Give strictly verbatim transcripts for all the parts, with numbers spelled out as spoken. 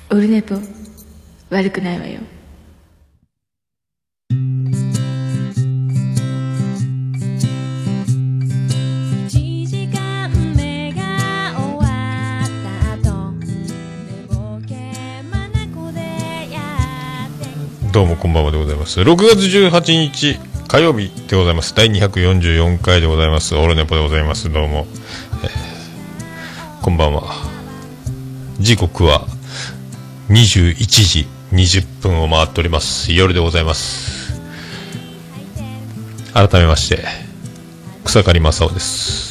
オルネポ悪くないわよ。 どうもこんばんはでございます。ろくがつじゅうはちにち火曜日でございます。だいにひゃくよんじゅうよんかいでございます。オルネポでございます。どうも、えー、こんばんは。時刻はにじゅういちじにじゅっぷんを回っております。夜でございます。改めまして草刈正雄です。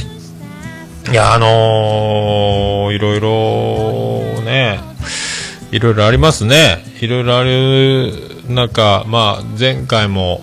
いやあのー、いろいろねいろいろありますね。いろいろある中、まあ前回も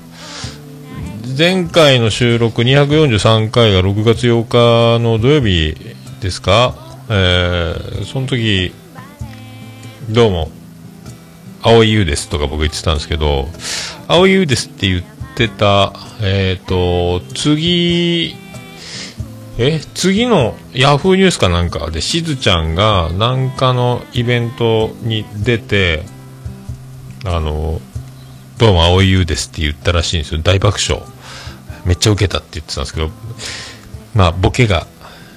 前回の収録にひゃくよんじゅうさんかいがろくがつようかの土曜日ですか。えー、その時どうも青い優ですとか僕言ってたんですけど、青い優ですって言ってたえっと次え次のヤフーニュースかなんかでしずちゃんがなんかのイベントに出て、あのどうも青い優ですって言ったらしいんですよ。大爆笑、めっちゃウケたって言ってたんですけど、まあボケが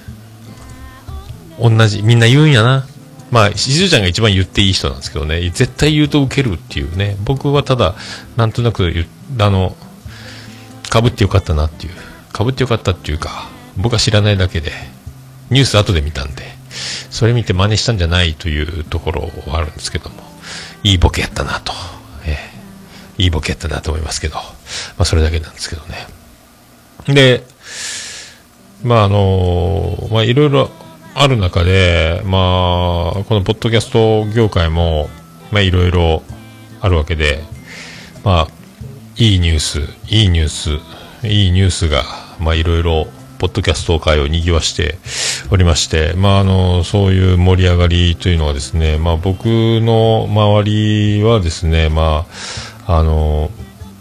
同じ、みんな言うんやな。まあしずちゃんが一番言っていい人なんですけどね、絶対言うとウケるっていうね。僕はただなんとなくあの被ってよかったなっていう、被ってよかったっていうか、僕は知らないだけでニュース後で見たんでそれ見て真似したんじゃないというところはあるんですけども、いいボケやったなと、えー、いいボケやったなと思いますけど、まあそれだけなんですけどね。でまああのー、まあいろいろある中で、まあこのポッドキャスト業界もまあいろいろあるわけで、まあいいニュースいいニュースいいニュースがまあいろいろポッドキャスト界を賑わしておりまして、まああのそういう盛り上がりというのはですね、まあ僕の周りはですね、まああの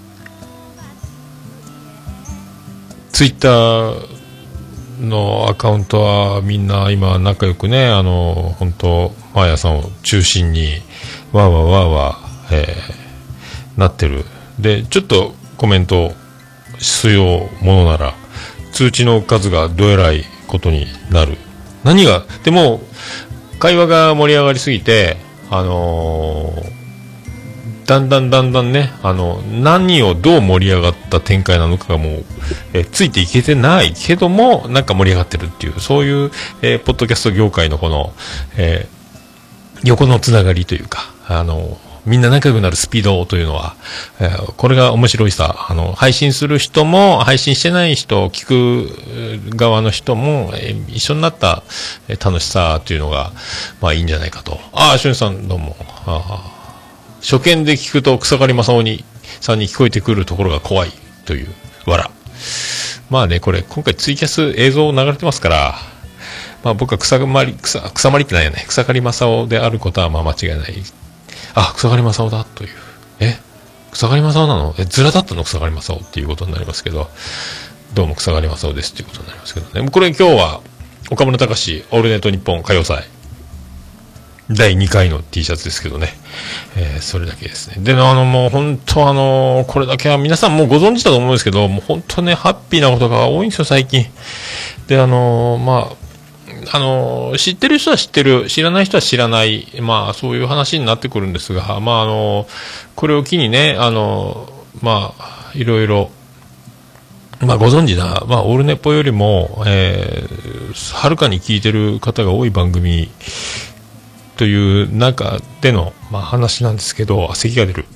ツイッターのアカウントはみんな今仲良くね、あの本当マーヤさんを中心にわーわーわーわー、えー、なってる。でちょっとコメントしようものなら通知の数がどえらいことになる。何がでも会話が盛り上がりすぎて、あのー、だんだんだんだんね、あの何をどう盛り上がった展開なのかがもう、えついていけてないけどもなんか盛り上がってるっていう、そういう、えー、ポッドキャスト業界のこの、えー、横のつながりというか、あのーみんな仲良くなるスピードというのは、えー、これが面白いさ。あの配信する人も配信してない人、聞く側の人も、えー、一緒になった、えー、楽しさというのがまあいいんじゃないかと。ああ、しゅんさんどうも。あ初見で聞くと草刈正雄にさんに聞こえてくるところが怖いという笑。まあね、これ今回ツイキャス映像流れてますから、まあ僕は草刈り草草刈りってないよね。草刈正雄であることはまあ間違いない。あ、草刈正雄だという。え草刈正雄なのえずらだったの草刈正雄っていうことになりますけど、どうも草刈正雄ですっていうことになりますけどね。これ今日は岡村隆史オールネット日本歌謡祭だいにかいの T シャツですけどね、えー、それだけですね。で、あのもう本当あのこれだけは皆さんもうご存知だと思うんですけど、もう本当ねハッピーなことが多いんですよ最近。で、あのまああの知ってる人は知ってる、知らない人は知らない、まあそういう話になってくるんですが、まああのこれを機にね、あのまあいろいろ、まあご存知な、まあオールネポよりも、えー、はるかに聞いてる方が多い番組という中での、まあ、話なんですけど、咳が出る。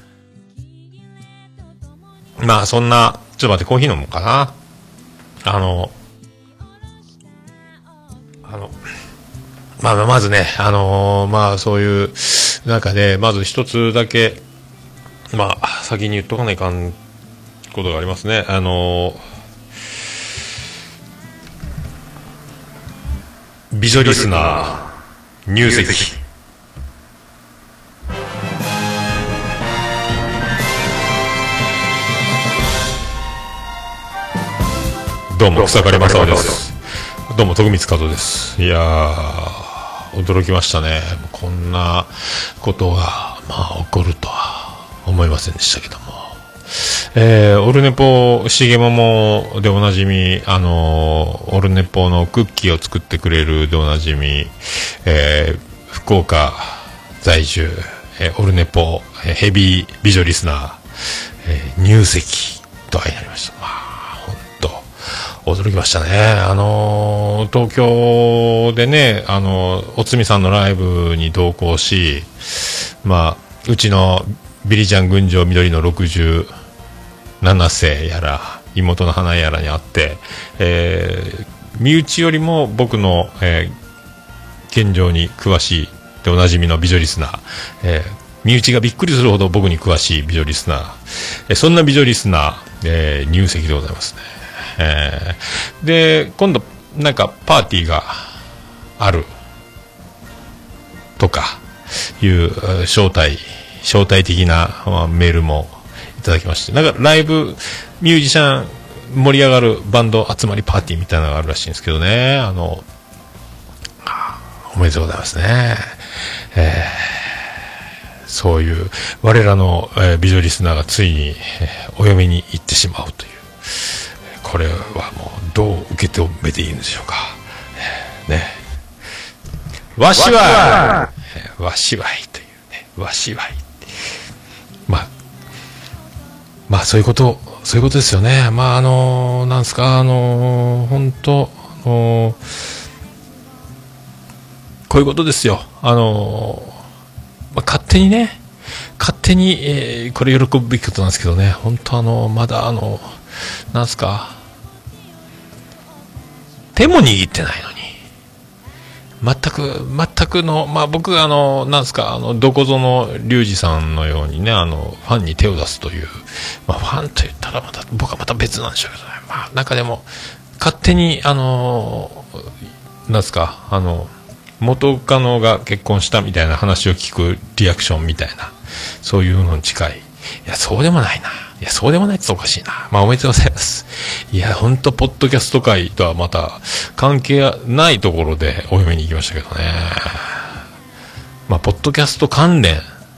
まあそんな、ちょっと待って、コーヒー飲もうかな。あのあのまあまずね、あのー、まあそういう中でまず一つだけ、まあ先に言っとかないかんことがありますね。あのー、美女リスナー入籍。どうも草刈正雄です。どうも徳光和夫です。いやー驚きましたね。こんなことが、まあ、起こるとは思いませんでしたけども。えー、オルネポしげももでおなじみ、あのー、オルネポのクッキーを作ってくれるでおなじみ、えー、福岡在住、えー、オルネポ、えー、ヘビー美女リスナー、えー、入籍と相なりました。まあ、ほんと驚きましたね。あのー、東京でね、あのー、おつみさんのライブに同行し、まあ、うちのビリジャン群青緑のろくじゅうなな世やら妹の花やらにあって、えー、身内よりも僕の、えー、現状に詳しいでおなじみの美女リスナー、えー、身内がびっくりするほど僕に詳しい美女リスナー、えー、そんな美女リスナー、えー、入籍でございますね。えー、で今度なんかパーティーがあるとかいう招待招待的な、まあ、メールもいただきまして、なんかライブミュージシャン盛り上がるバンド集まりパーティーみたいなのがあるらしいんですけどね、あのおめでとうございますね。えー、そういう我らの、えー、美女リスナーがついに、えー、お嫁に行ってしまうという、これはもうどう受け止めていいんでしょうか、えー、ね、わしはわしわいというね、わしわい、まあまあそういうことそういうことですよね。まああのー、なんですか、あのー、本当、あのー、こういうことですよ。あのー、まあ、勝手にね勝手に、えー、これ喜ぶべきことなんですけどね、本当あのー、まだあのー、なんですか、手も握ってないのに全く全くの、まあ僕あのなんですか、あのどこぞのリュウジさんのようにね、あのファンに手を出すという、まあファンと言ったらまた僕はまた別なんでしょうけどね、まあなんかでも勝手にあのなんですか、あの元カノが結婚したみたいな話を聞くリアクションみたいな、そういうのに近い。いやそうでもないな、いやそうでもないっておかしいな。まあおめでとうございます。いや本当ポッドキャスト界とはまた関係ないところでお嫁に行きましたけどね。まあポッドキャスト関連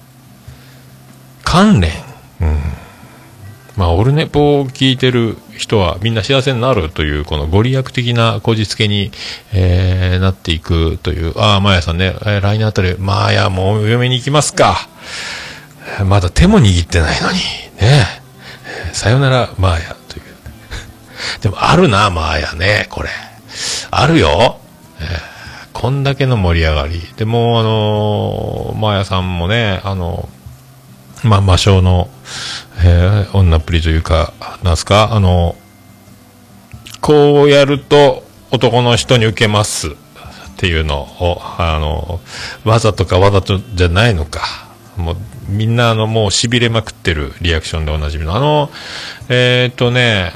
関連、うん、まあオルネポを聞いてる人はみんな幸せになるというこのご利益的なこじつけに、えー、なっていくという。ああマーヤさんね、えー、来年あたりマーヤもうお嫁に行きますか。まだ手も握ってないのにね、さよならマーヤというでもあるなマーヤね、これあるよ、えー、こんだけの盛り上がりでも、あのー、マーヤさんもね、あのまあ魔性の、えー、女っぷりというかなんすか、あのこうやると男の人に受けますっていうのを、あのわざとかわざとじゃないのか、もうみんなあのもう痺れまくってるリアクションでおなじみのあのえー、っとね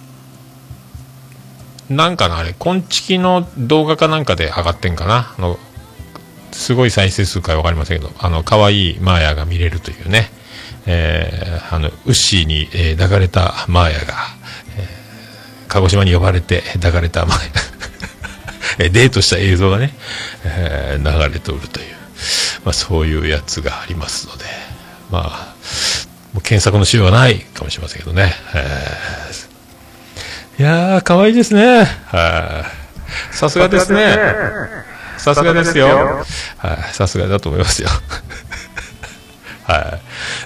なんかな、あれコンチキの動画かなんかで上がってんかな、あのすごい再生数かわかりませんけど、あの可愛いマーヤが見れるというね、えー、あのウッシーに、えー、抱かれたマーヤが、えー、鹿児島に呼ばれて抱かれたマーヤデートした映像がね、えー、流れておるという、まあ、そういうやつがありますので、まあもう検索のしようはないかもしれませんけどね、えー、いやー可愛いですね、さすがですね、さすがですよ、さすがだと思いますよはい、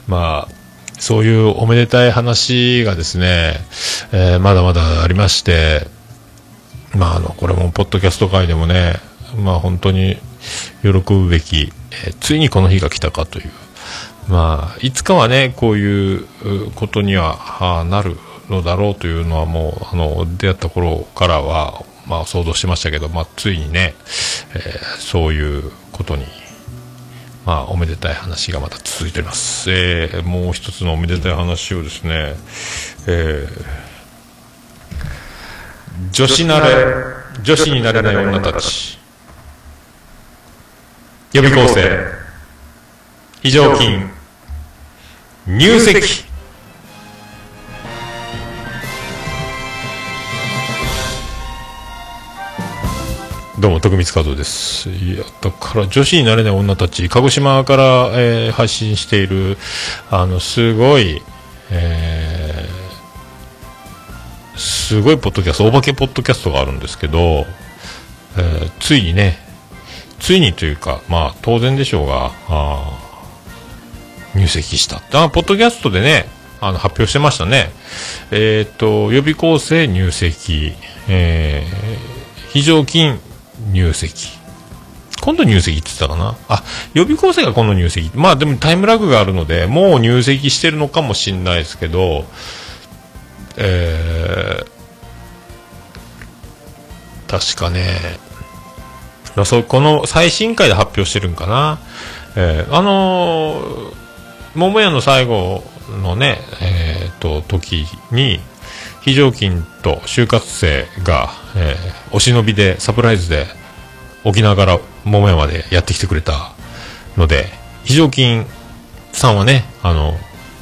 まあそういうおめでたい話がですね、えー、まだまだありまして、まああのこれもポッドキャスト界でもね、まあ本当に喜ぶべき、えー、ついにこの日が来たかという、まあいつかはねこういうことにはなるのだろうというのはもうあの出会った頃からはまあ想像してましたけど、まあついにね、えー、そういうことに、まあおめでたい話がまた続いております。えー、もう一つのおめでたい話をですね、えー、女子なれ女子になれない女たち予備校生非常勤入籍。 どうも徳光和夫です。いやだから女子になれない女たち、鹿児島から、えー、配信しているあのすごい、えー、すごいポッドキャスト、お化けポッドキャストがあるんですけど、えー、ついにねついにというかまあ当然でしょうがあ入籍したってあポッドキャストでねあの発表してましたね。えっ、ー、と予備校生入籍、えー、非常勤入籍、今度入籍って言ってたかなあ、予備校生が今度入籍、まあでもタイムラグがあるのでもう入籍してるのかもしれないですけど、えー、確かねそこの最新回で発表してるんかな、えー、あのー、桃屋の最後のねえー、と時に非常勤と就活生が、えー、お忍びでサプライズで沖縄から桃屋までやってきてくれたので、非常勤さんはねあの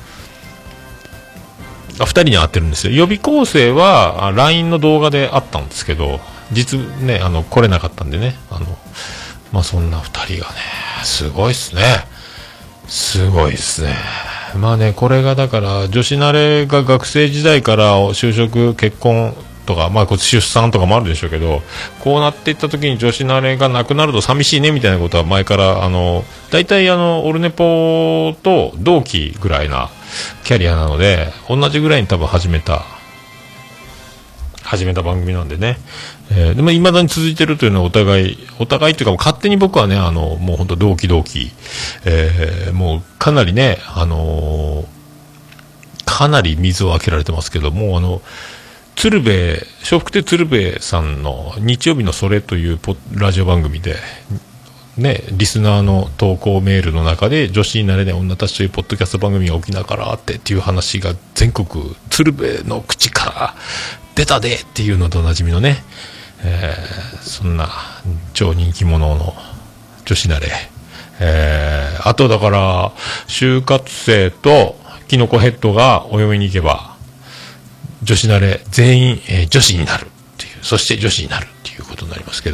あふたりに会ってるんですよ。予備校生は ライン の動画で会ったんですけど実ねあの来れなかったんでねあのまあそんなふたりがねすごいっすねすごいっすね。まあねこれがだから女子慣れが学生時代から就職結婚とかまあ出産とかもあるでしょうけど、こうなっていった時に女子慣れがなくなると寂しいねみたいなことは前からあの大体あのオルネポと同期ぐらいなキャリアなので同じぐらいに多分始めた始めた番組なんでね、えー、でも未だに続いてるというのはお互いお互いというか勝手に僕はねあのもう本当同期同期、えー、もうかなりねあのー、かなり水をあけられてますけどもうあの鶴瓶笑福亭鶴瓶さんの日曜日のそれというポラジオ番組でねリスナーの投稿メールの中で女子になれない女たちというポッドキャスト番組が沖縄からあってっていう話が全国鶴瓶の口から出たでっていうのとおなじみのね、えー、そんな超人気者の女子慣れ、えー、あとだから就活生とキノコヘッドがお嫁に行けば女子慣れ全員、えー、女子になるっていうそして女子になるっていうことになりますけど、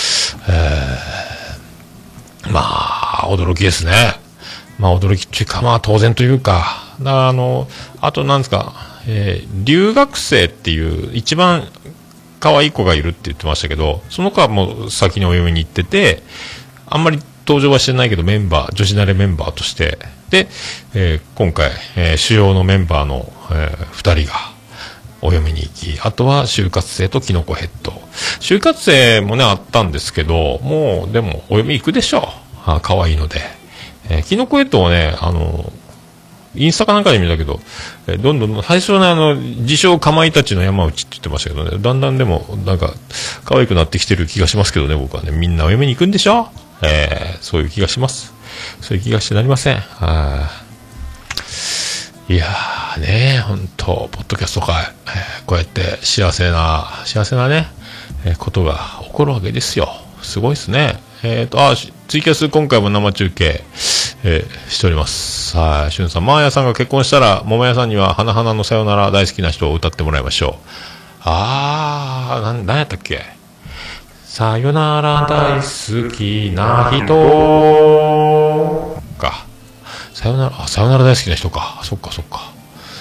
えー、まあ驚きですね。まあ驚きっていうかまあ当然というかだからあのあとなんですかえー、留学生っていう一番可愛い子がいるって言ってましたけどその子はもう先にお嫁に行っててあんまり登場はしてないけどメンバー女子慣れメンバーとしてで、えー、今回、えー、主要のメンバーの、えー、ふたりがお嫁に行きあとは就活生とキノコヘッド就活生もねあったんですけどもうでもお嫁行くでしょうあ可愛いので、えー、キノコヘッドはねあのインスタかなんかで見たけど、えー、どんどん最初はねあの自称かまいたちの山内って言ってましたけどねだんだんでもなんか可愛くなってきてる気がしますけどね僕はねみんなお嫁に行くんでしょ、えー、そういう気がしますそういう気がしてなりません。いやーね本当ポッドキャスト界、えー、こうやって幸せな幸せなね、えー、ことが起こるわけですよ。すごいですね。えーとあツイキャス今回も生中継えー、しております。はい、しゅんさん、マーヤさんが結婚したら、桃屋さんには、花々のさよなら大好きな人を歌ってもらいましょう。あー、なん、なんやったっけ。さよなら大好きな人か。さよなら、あ、さよなら大好きな人か。そっかそっか。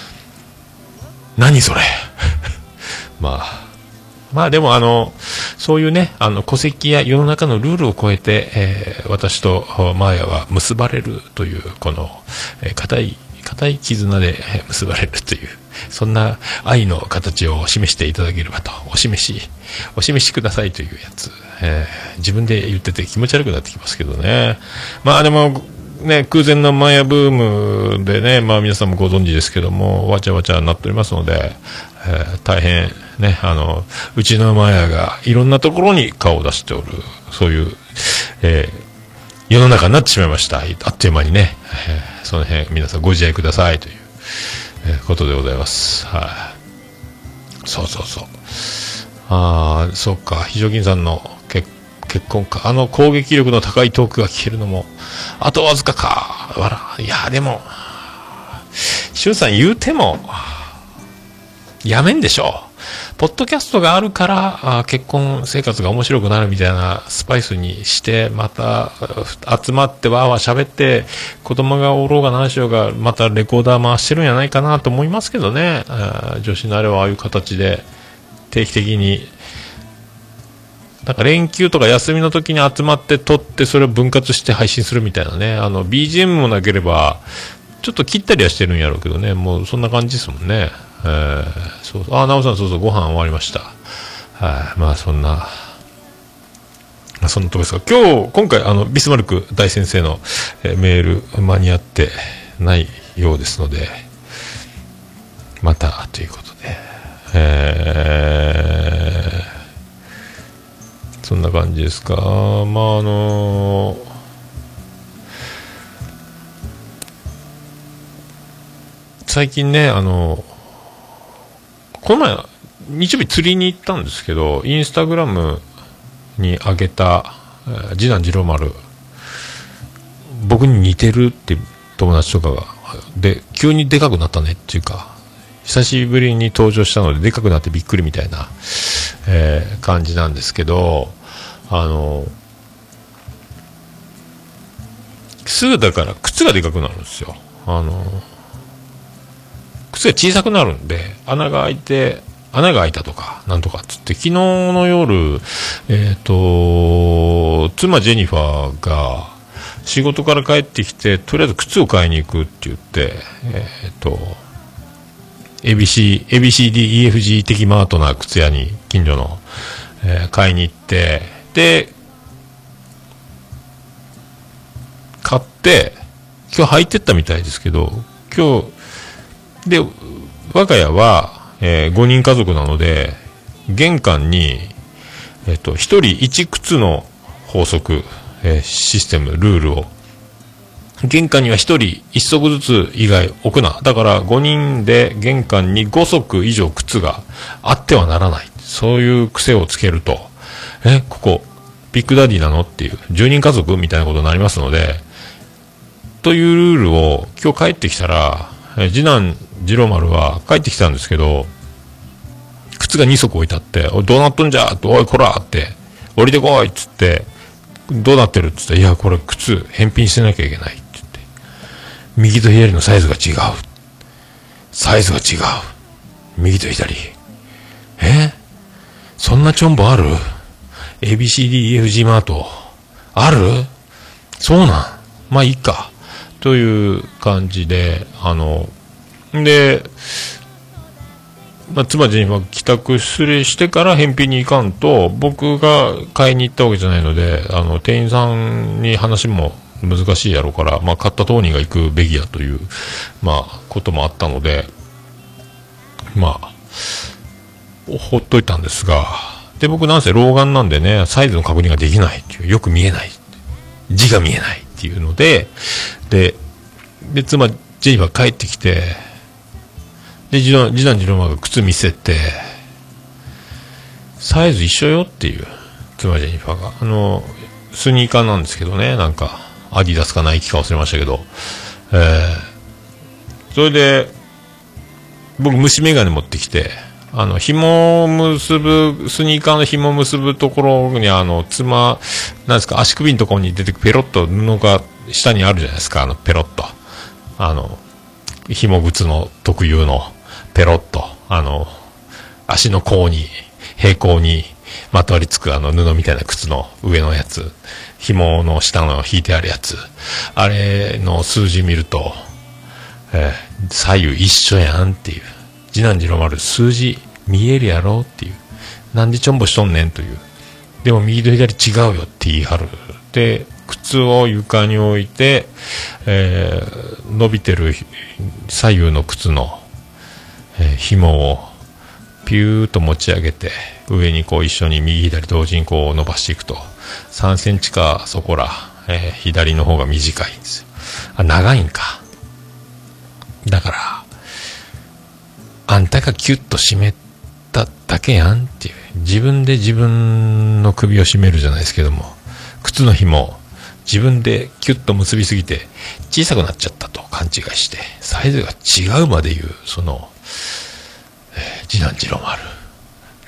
何それ。まあ。まあでもあのそういうねあの戸籍や世の中のルールを超えて、えー、私とマーヤは結ばれるというこの固、えー、い固い絆で結ばれるというそんな愛の形を示していただければとお示しお示しくださいというやつ、えー、自分で言ってて気持ち悪くなってきますけどね。まあでもね空前のマーヤブームでねまあ皆さんもご存知ですけどもわちゃわちゃになっておりますので、えー、大変ね、あのうちのマヤがいろんなところに顔を出しておるそういう、えー、世の中になってしまいました。あっという間にね、えー、その辺皆さんご自愛くださいという、えー、ことでございます。はい、あ、そうそうそうああそうか非常勤さんの結結婚かあの攻撃力の高いトークが聞けるのもあとわずかかわらいやでもしゅんさん言うてもやめんでしょう。 ポッドキャストがあるからあ結婚生活が面白くなるみたいなスパイスにして、また集まってわーわー喋って、子供がおろうが何しようがまたレコーダー回してるんじゃないかなと思いますけどね。女子のあれはああいう形で定期的になんか連休とか休みの時に集まって撮って、それを分割して配信するみたいなね。あの ビージーエム もなければちょっと切ったりはしてるんやろうけどね、もうそんな感じですもんね。えー、そうそう、あ、なおさん、そうそう、ご飯終わりました。はい、まあそんな、まあ、そんなとこですが、今日、今回、あの、ビスマルク大先生の、えー、メール間に合ってないようですので、また、ということで、えー、そんな感じですか。まあ、あのー、最近ね、あの、この前、日曜日釣りに行ったんですけど、インスタグラムに上げた、えー、次男次郎丸、僕に似てるって友達とかが、で、急にでかくなったねっていうか、久しぶりに登場したのででかくなってびっくりみたいな、えー、感じなんですけど、あの、すぐだから靴がでかくなるんですよ。あの、靴が小さくなるんで、穴が開いて、穴が開いたとか、なんとかっつって、昨日の夜、えっと、妻ジェニファーが、仕事から帰ってきて、とりあえず靴を買いに行くって言って、えっと、エービーシー、エービーシーディーイーエフジー 的マートな靴屋に、近所の、えー、買いに行って、で、買って、今日履いてったみたいですけど、今日、で、我が家は、えー、ごにん家族なので、玄関に、えっと、ひとりいち靴の法則、えー、システム、ルールを、玄関にはひとりいっ足ずつ以外置くな。だからごにんで玄関にご足以上靴があってはならない。そういう癖をつけると、え、ここ、ビッグダディなのっていう、じゅうにん家族みたいなことになりますので、というルールを今日帰ってきたら、えー、次男、次郎丸は帰ってきたんですけど、靴がに足置いてあって、おい、どうなっとんじゃって、おい、こらって、降りてこいっつって、どうなってるっつって、いや、これ靴返品してなきゃいけないって言って、右と左のサイズが違う。サイズが違う。右と左。え？そんなチョンボある？ エービーシーディーイーエフジー マート。ある？そうなん。まあいいか。という感じで、あの、で、まあ、妻ジェニファー帰宅してから返品に行かんと、僕が買いに行ったわけじゃないので、あの、店員さんに話も難しいやろうから、まあ、買った当人が行くべきやという、まあ、こともあったので、まあ、ほっといたんですが、で、僕なんせ老眼なんでね、サイズの確認ができないっていう、よく見えない。字が見えないっていうので、で、で、妻、ジェニファー帰ってきて、で、次男、次男、次郎丸が靴見せて、サイズ一緒よっていう、妻ジェニファーが。あの、スニーカーなんですけどね、なんか、アディダスかナイキか忘れましたけど、えー、それで、僕、虫眼鏡持ってきて、あの、紐を結ぶ、スニーカーの紐を結ぶところに、あの、妻、なんですか、足首のところに出てくペロッと布が下にあるじゃないですか、あの、ペロッと。あの、紐靴の特有の、ペロッと、あの、足の甲に、平行にまとわりつくあの布みたいな靴の上のやつ、紐の下の引いてあるやつ、あれの数字見ると、えー、左右一緒やんっていう。次男次郎丸、数字見えるやろっていう。なんでちょんぼしとんねんという。でも右と左違うよって言い張る。で、靴を床に置いて、えー、伸びてる左右の靴の、えー、紐をピューと持ち上げて、上にこう一緒に右左同時にこう伸ばしていくと、さんセンチかそこら、えー、左の方が短いんですよ。あ、長いんか。だから、あんたがキュッと締めただけやんっていう。自分で自分の首を絞めるじゃないですけども、靴の紐、自分でキュッと結びすぎて小さくなっちゃったと勘違いして、サイズが違うまで言う、その、えー、次男次郎丸。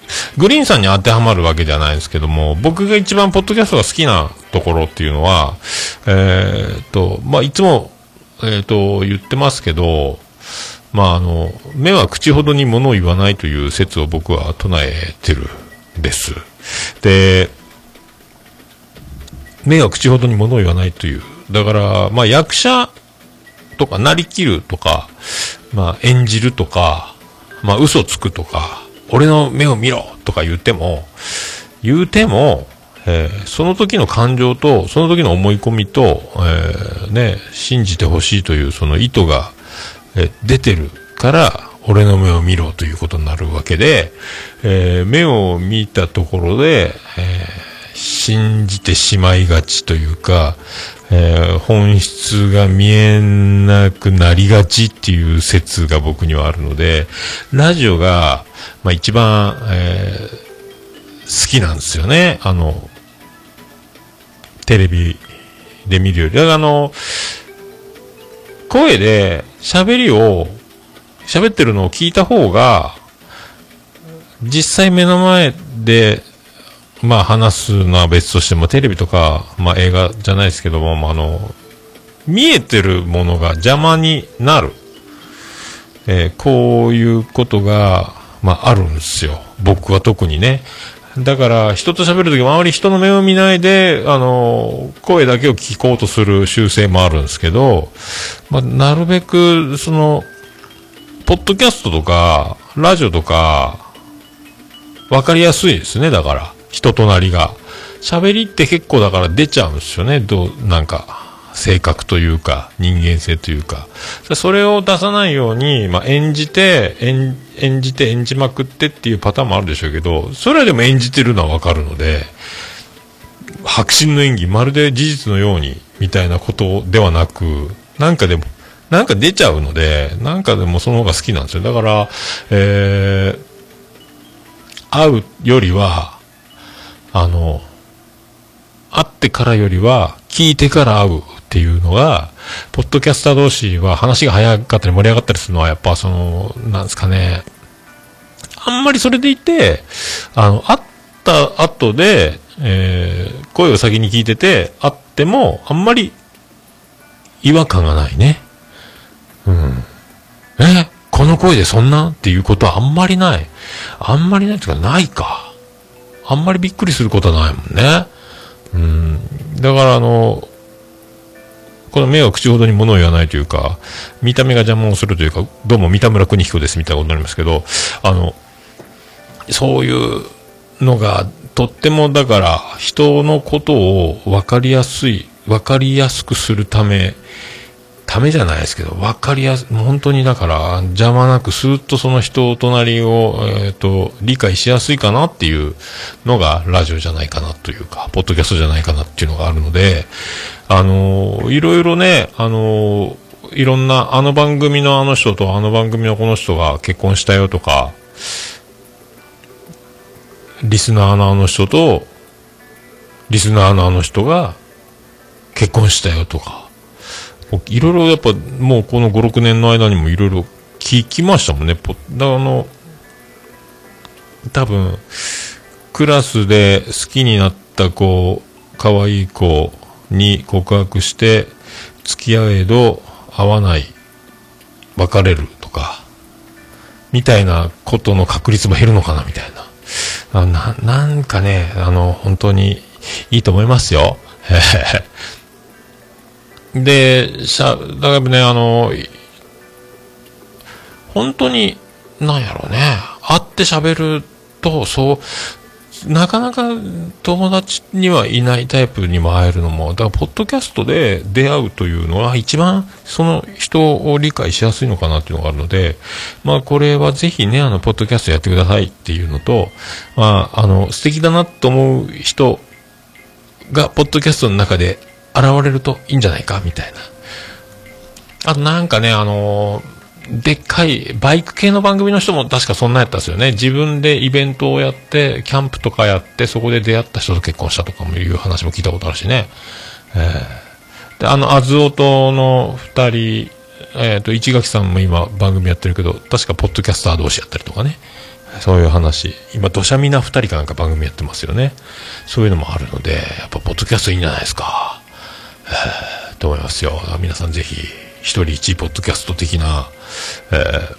グリーンさんに当てはまるわけじゃないんですけども、僕が一番ポッドキャストが好きなところっていうのは、えー、っと、まあ、いつも、えー、っと、言ってますけど、まあ、あの、目は口ほどに物を言わないという説を僕は唱えてるんです。で、目は口ほどに物を言わないという。だから、まあ、役者とか、なりきるとか、まあ、演じるとか、まあ、嘘つくとか、俺の目を見ろとか言っても、言うても、えー、その時の感情と、その時の思い込みと、えー、ね、信じてほしいというその意図が、えー、出てるから、俺の目を見ろということになるわけで、えー、目を見たところで、えー、信じてしまいがちというか、えー、本質が見えなくなりがちっていう説が僕にはあるので、ラジオが、まあ、一番、えー、好きなんですよね。あの、テレビで見るより。だからあの、声で喋りを、喋ってるのを聞いた方が、実際目の前で、まあ話すのは別としても、テレビとか、まあ映画じゃないですけども、まあ、あの、見えてるものが邪魔になる。えー、こういうことが、まああるんですよ。僕は特にね。だから、人と喋るとき、周り人の目を見ないで、あの、声だけを聞こうとする習性もあるんですけど、まあ、なるべく、その、ポッドキャストとか、ラジオとか、わかりやすいですね、だから。人となりが。喋りって結構だから出ちゃうんですよね。どう、なんか、性格というか、人間性というか。それを出さないように、まあ、演じて、演、演じて演じまくってっていうパターンもあるでしょうけど、それはでも演じてるのはわかるので、迫真の演技、まるで事実のように、みたいなことではなく、なんかでも、なんか出ちゃうので、なんかでもその方が好きなんですよ。だから、えー、会うよりは、あの、会ってからよりは、聞いてから会うっていうのが、ポッドキャスター同士は話が早かったり盛り上がったりするのは、やっぱその、なんですかね、あんまりそれでいて、あの、会った後で、えー、声を先に聞いてて、会っても、あんまり違和感がないね。うん。え、この声でそんなっていうことはあんまりない。あんまりないっていうか、ないか。あんまりびっくりすることはないもんね。うん。だからあの、この目は口ほどに物を言わないというか、見た目が邪魔をするというか、どうも三田村邦彦ですみたいなことになりますけど、あの、そういうのが、とってもだから、人のことを分かりやすい、分かりやすくするため、ためじゃないですけど、分かりやす、本当にだから、邪魔なくスーッとその人となりを、えっと、理解しやすいかなっていうのが、ラジオじゃないかなというか、ポッドキャストじゃないかなっていうのがあるので、あの、いろいろね、あの、いろんな、あの番組のあの人とあの番組のこの人が結婚したよとか、リスナーのあの人と、リスナーのあの人が結婚したよとか、いろいろやっぱもうこのご、ろくねんの間にもいろいろ聞きましたもんね。ポだからあの、多分、クラスで好きになった子、可愛い子に告白して、付き合えど会わない、別れるとか、みたいなことの確率も減るのかなみたいな。あな、なんかね、あの、本当にいいと思いますよ。で、しゃ、だからね、あの、本当に、なんやろうね、会って喋ると、そう、なかなか友達にはいないタイプにも会えるのも、だから、ポッドキャストで出会うというのは、一番その人を理解しやすいのかなっていうのがあるので、まあ、これはぜひね、あの、ポッドキャストやってくださいっていうのと、まあ、あの、素敵だなと思う人が、ポッドキャストの中で、現れるといいんじゃないかみたいな。あとなんかね、あのー、でっかいバイク系の番組の人も確かそんなやったんですよね。自分でイベントをやって、キャンプとかやって、そこで出会った人と結婚したとかもいう話も聞いたことあるしね。えー、で、あの、アズオトの二人、えっと、市垣さんも今番組やってるけど、確かポッドキャスター同士やったりとかね。 そういう話、今土砂みなふたりかなんか番組やってますよね。そういうのもあるので、やっぱポッドキャストいいんじゃないですか、えー、と思いますよ。皆さんぜひ一人一ポッドキャスト的な、え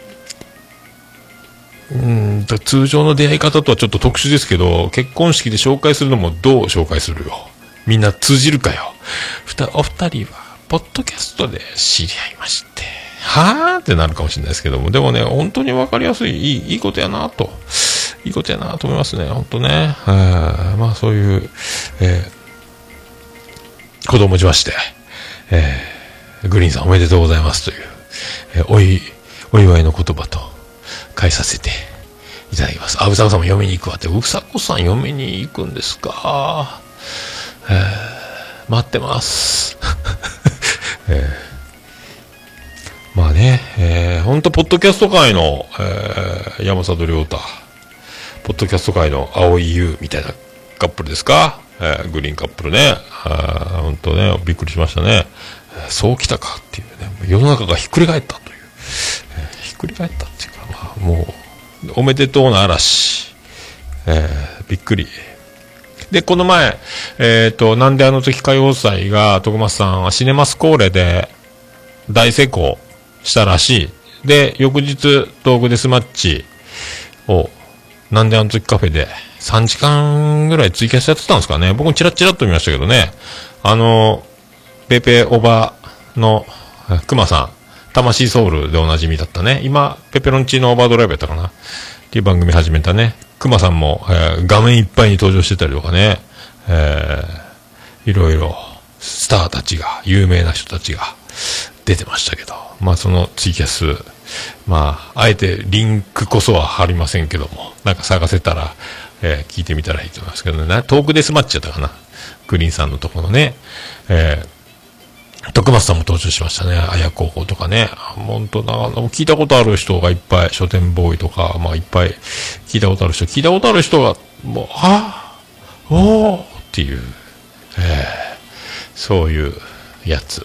ー、うん通常の出会い方とはちょっと特殊ですけど、結婚式で紹介するのもどう紹介するよ、みんな通じるかよ。ふたお二人はポッドキャストで知り合いまして、はーってなるかもしれないですけども、でもね、本当に分かりやすい、いい、いいことやなと、いいことやなと思いますね、本当ね。えー、まあそういう、えー、子供じまして、えー、グリーンさんおめでとうございますという、えー、おい、お祝いの言葉と返させていただきます。あ、うさこさんも嫁に行くわって、うさこさん嫁に行くんですか。えー、待ってます。えー、まあね、えー、ほんとポッドキャスト界の、えー、山里亮太、ポッドキャスト界の青井優みたいなカップルですか、えー、グリーンカップルね、あほんとね、びっくりしましたね。えー、そうきたかっていうね、世の中がひっくり返ったという、えー、ひっくり返ったっていうか、まあ、もうおめでとうな嵐、えー、びっくり。で、この前、えっと、なんであの時歌謡祭が、徳松さんはシネマスコーレで大成功したらしい。で、翌日、トークデスマッチを、なんであの時カフェでさんじかんぐらいツイキャスやってたんですかね。僕もチラッチラッと見ましたけどね。あの、ペペオバのクマさん、魂ソウルでおなじみだったね。今、ペペロンチーノオーバードライブやったかなっていう番組始めたね。クマさんも、えー、画面いっぱいに登場してたりとかね、えー、いろいろスターたちが、有名な人たちが出てましたけど、まあそのツイキャス、まああえてリンクこそは貼りませんけども、なんか探せたら、えー、聞いてみたらいいと思いますけどね。トークデスマッチやったかな、グリーンさんのところのね、えー徳松さんも登場しましたね。綾候補とかね。本当だ。聞いたことある人がいっぱい、書店ボーイとか、まあいっぱい聞いたことある人、聞いたことある人が、もう、ああ、おーっていう、えー、そういうやつ。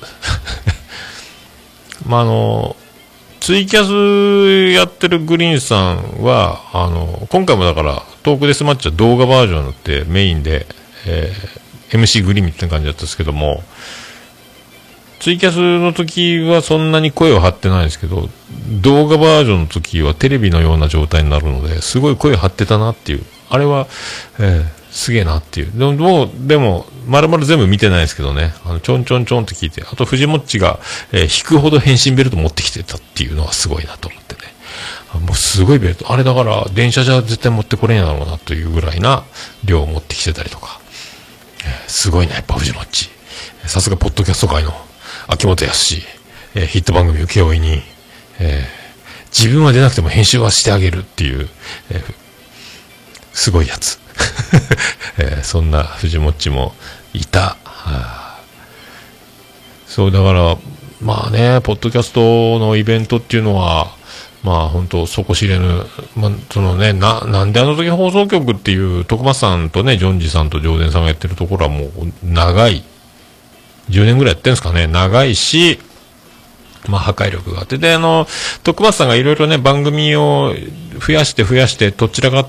まああの、ツイキャスやってるグリーンさんは、あの、今回もだから、トークデスマッチは動画バージョンってメインで、えー、エムシー グリーンみたいな感じだったんですけども、ツイキャスの時はそんなに声を張ってないんですけど、動画バージョンの時はテレビのような状態になるので、すごい声張ってたなっていう。あれは、えー、すげえなっていう。でも、もうでも、丸々全部見てないですけどね。あの、ちょんちょんちょんって聞いて、あと、藤もっちが、えー、引くほど変身ベルト持ってきてたっていうのはすごいなと思ってね。もうすごいベルト。あれだから、電車じゃ絶対持ってこれんやろうなというぐらいな量を持ってきてたりとか。えー、すごいね、やっぱ藤もっち。さすがポッドキャスト界の秋元康、えー、ヒット番組請負に、えー、自分は出なくても編集はしてあげるっていう、えー、すごいやつ、えー、そんな藤もっちもいた。はあ、そうだからまあね、ポッドキャストのイベントっていうのはまあ本当底知れぬ、まあ、そのね、な、なんであの時放送局っていう徳松さんとね、ジョンジさんと上田さんがやってるところはもう長いじゅうねんぐらいやってるんですかね。長いし、まあ破壊力があって。で、あの、徳松さんがいろいろね、番組を増やして増やして、どちらかって、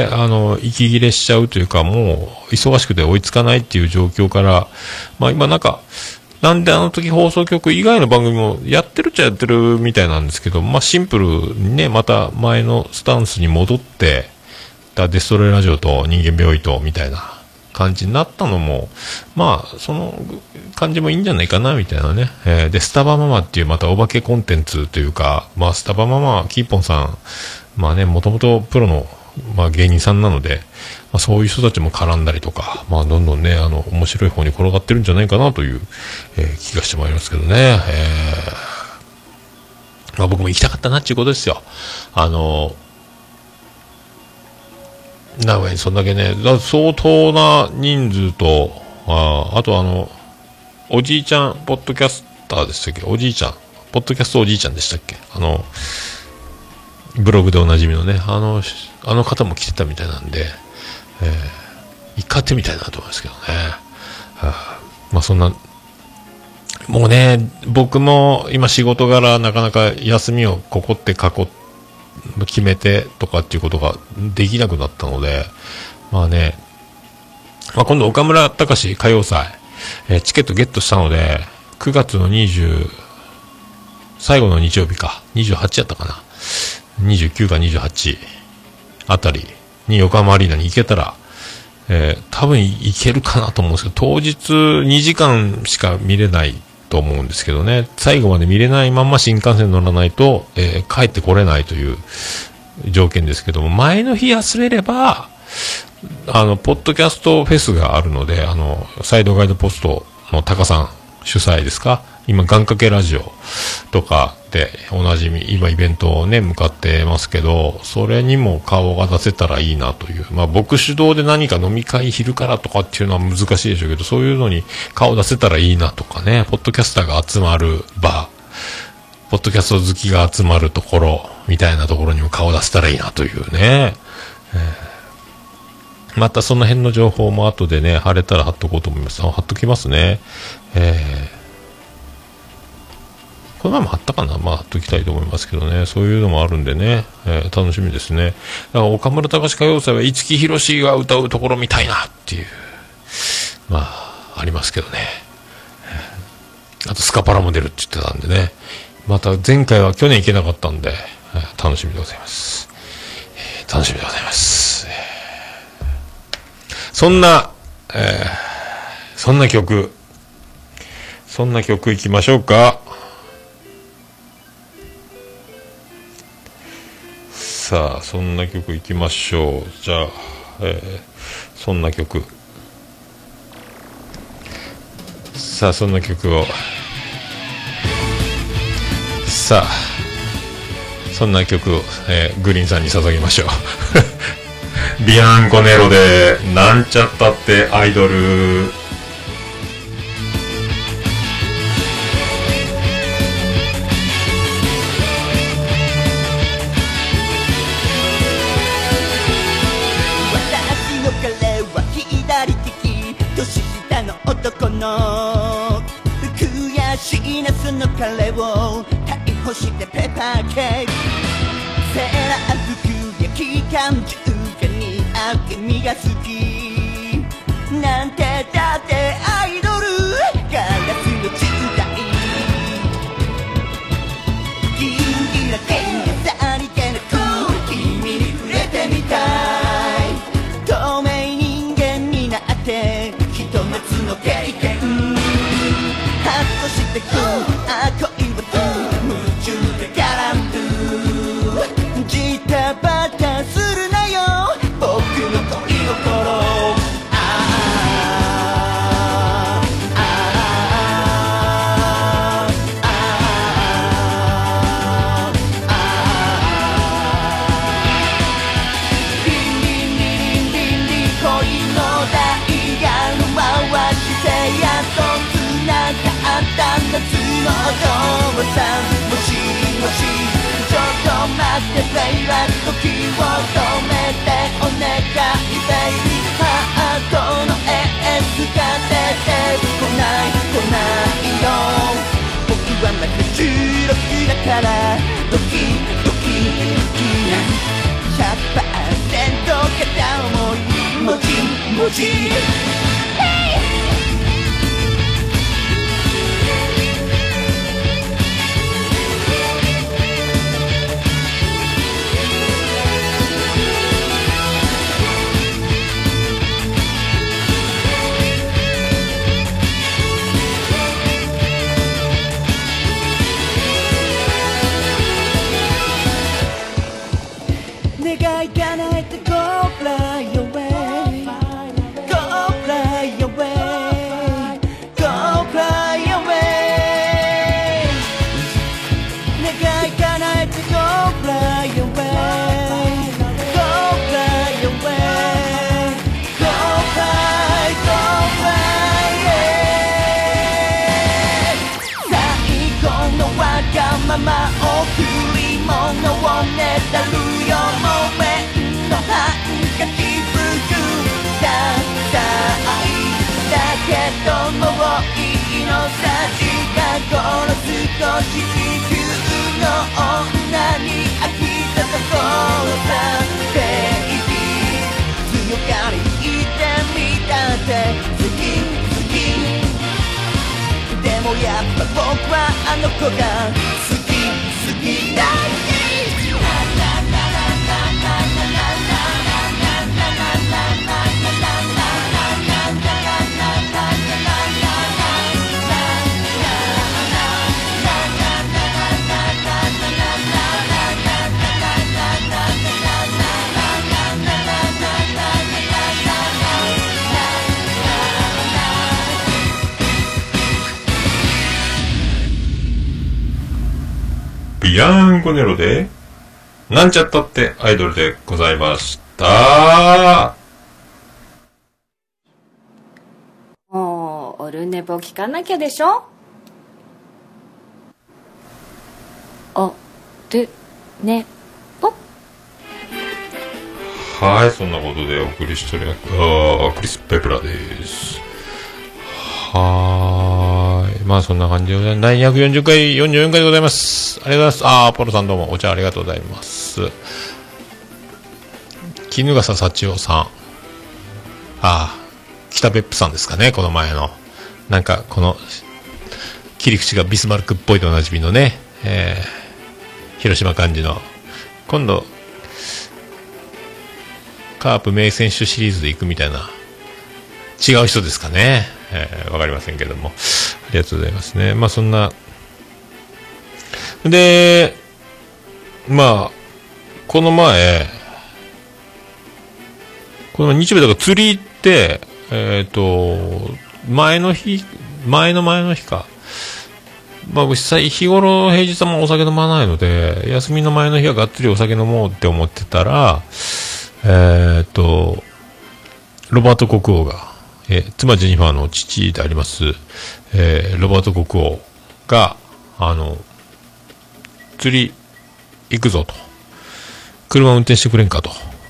あの、息切れしちゃうというか、もう忙しくて追いつかないっていう状況から、まあ今なんか、なんであの時放送局以外の番組もやってるっちゃやってるみたいなんですけど、まあシンプルにね、また前のスタンスに戻って、だデストロイラジオと人間病院と、みたいな感じになったのも、まあその感じもいいんじゃないかなみたいなね、えー、でスタバママっていうまたお化けコンテンツというか、まあスタバママキーポンさん、まあね、もともとプロの、まあ、芸人さんなので、まあ、そういう人たちも絡んだりとか、まあどんどんね、あの面白い方に転がってるんじゃないかなという、えー、気がしてまいりますけどね、えーまあ、僕も行きたかったなっていうことですよ。あの名古屋にそんだけね、だ相当な人数と、あ, あとあのおじいちゃんポッドキャスターでしたっけ、おじいちゃんポッドキャストおじいちゃんでしたっけ、あのブログでおなじみのね、あのあの方も来てたみたいなんで、えー、一回やってみたいなと思いますけどね。はあ、まあそんな、もうね、僕も今仕事柄なかなか休みをここって囲っ決めてとかっていうことができなくなったので、まあね、まあ、今度岡村隆史歌謡祭、えー、チケットゲットしたので、くがつのにじゅう、最後の日曜日か、にじゅうはちやったかな、にじゅうきゅうかにじゅうはちあたりに横浜アリーナに行けたら、えー、多分行けるかなと思うんですけど、当日にじかんしか見れないと思うんですけどね、最後まで見れないまま新幹線乗らないと、えー、帰ってこれないという条件ですけども、前の日忘れれば、あの、ポッドキャストフェスがあるので、あの、サイドガイドポストのタカさん主催ですか、今、願掛けラジオとかでおなじみ、今イベントをね、向かってますけど、それにも顔が出せたらいいなという。まあ僕主導で何か飲み会昼からとかっていうのは難しいでしょうけど、そういうのに顔出せたらいいなとかね、ポッドキャスターが集まる場、ポッドキャスト好きが集まるところ、みたいなところにも顔出せたらいいなというね。えー、またその辺の情報も後でね、貼れたら貼っとこうと思います。貼っときますね。えーこの前も貼ったかな、まあ貼っときたいと思いますけどね、そういうのもあるんでね、えー、楽しみですね。だから岡村隆史歌謡祭は五木ひろしが歌うところみたいなっていう、まあありますけどね。あとスカパラも出るって言ってたんでね、また前回は去年行けなかったんで、えー、楽しみでございます、えー、楽しみでございます、えー、そんな、えー、そんな曲そんな曲いきましょうか。さあそんな曲いきましょう。じゃあ、えー、そんな曲さあそんな曲をさあそんな曲を、えー、グリーンさんに捧げましょうビアンコネロでなんちゃったってアイドル。 男の悔しいなその彼を逮捕してペーパーケーキセーラー服や機関銃が似合う君が好きなんてだってアイドルガラスの時代ギンギラギラさりげなく君に触れてみたい透明人間になって夏の経験ハッとしてくあ恋は夢中で絡むジタバタするなよ僕の恋心ああああああリンリンリリンリンリン恋のダイヤル回してやっとつながった夏のお父さんもしもしちょっと待ってプレイは時を止めてお願いベイビーハートのエースが出てこない来ないよ僕はまだじゅうろくだからドキドキドキ ひゃくパーセント 片思いもじもじ願い叶えて Go fly away Go fly away Go fly away 願い叶えて Go fly away Go fly away Go fly Go fly away 最後のわがまま贈り物をねだるよもめんのハンカチブルーださいだけどもういいのさ近頃少し地球の女に飽きたとやっぱ僕はあの子が好き好き大好きビアンコネロでなんちゃったってアイドルでございました。 もうオルネポ聞かなきゃでしょ。おるねぽ。 はい、そんなことでお送りしております。あ、クリス・ペプラです。はーい、まあそんな感じでございます。だいにひゃくよんじゅっかいよんじゅうよんかいでございます。ありがとうございます。あー、ポロさんどうもお茶ありがとうございます。衣笠幸男さん、ああ、北別府さんですかね、この前のなんかこの切り口がビスマルクっぽいとおなじみのね、えー、広島漢字の今度カープ名選手シリーズで行くみたいな違う人ですかね、えー、わかりませんけども、ありがとうございますね。まあそんなで、まあこの前この日曜日だから釣り行って、えっと前の日前の前の日か、まあ実際日頃平日はもうお酒飲まないので休みの前の日はがっつりお酒飲もうって思ってたら、えっとロバート国王が、えー、妻ジェニファーの父であります、えー、ロバート国王があの釣り行くぞと、車運転してくれんかと。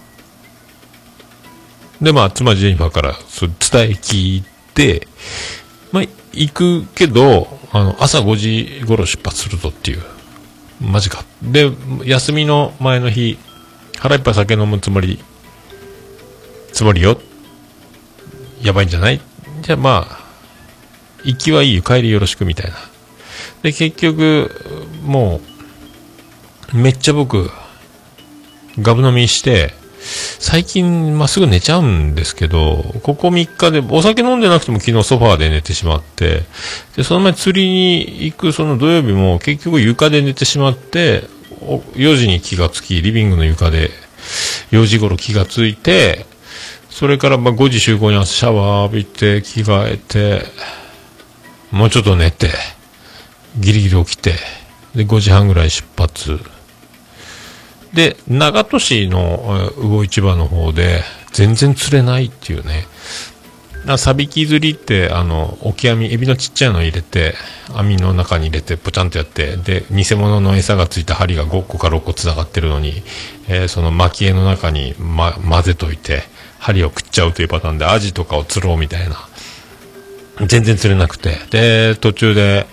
でまあ妻ジェニファーからそ伝え聞いて、まあ行くけどあの朝ごじ頃出発するぞっていう、マジか。で休みの前の日腹いっぱい酒飲むつもりつもりよ、やばいんじゃない、じゃあまあ行きはいいよ帰りよろしくみたいな。で結局もうめっちゃ僕ガブ飲みして最近まあすぐ寝ちゃうんですけど、ここみっかでお酒飲んでなくても昨日ソファーで寝てしまって、でその前釣りに行くその土曜日も結局床で寝てしまって、よじに気がつきリビングの床でよじ頃気がついて、それからまあごじ集合にシャワー浴びて着替えてもうちょっと寝てギリギリ起きて、でごじはんぐらい出発で長門市の魚市場の方で全然釣れないっていうね。サビキ釣りってあのオキアミエビのちっちゃいのを入れて網の中に入れてポチャンとやって、で偽物の餌がついた針がごこかろっこつながってるのに、えー、その巻き絵の中に、ま、混ぜといて針を食っちゃうというパターンでアジとかを釣ろうみたいな。全然釣れなくて、で途中で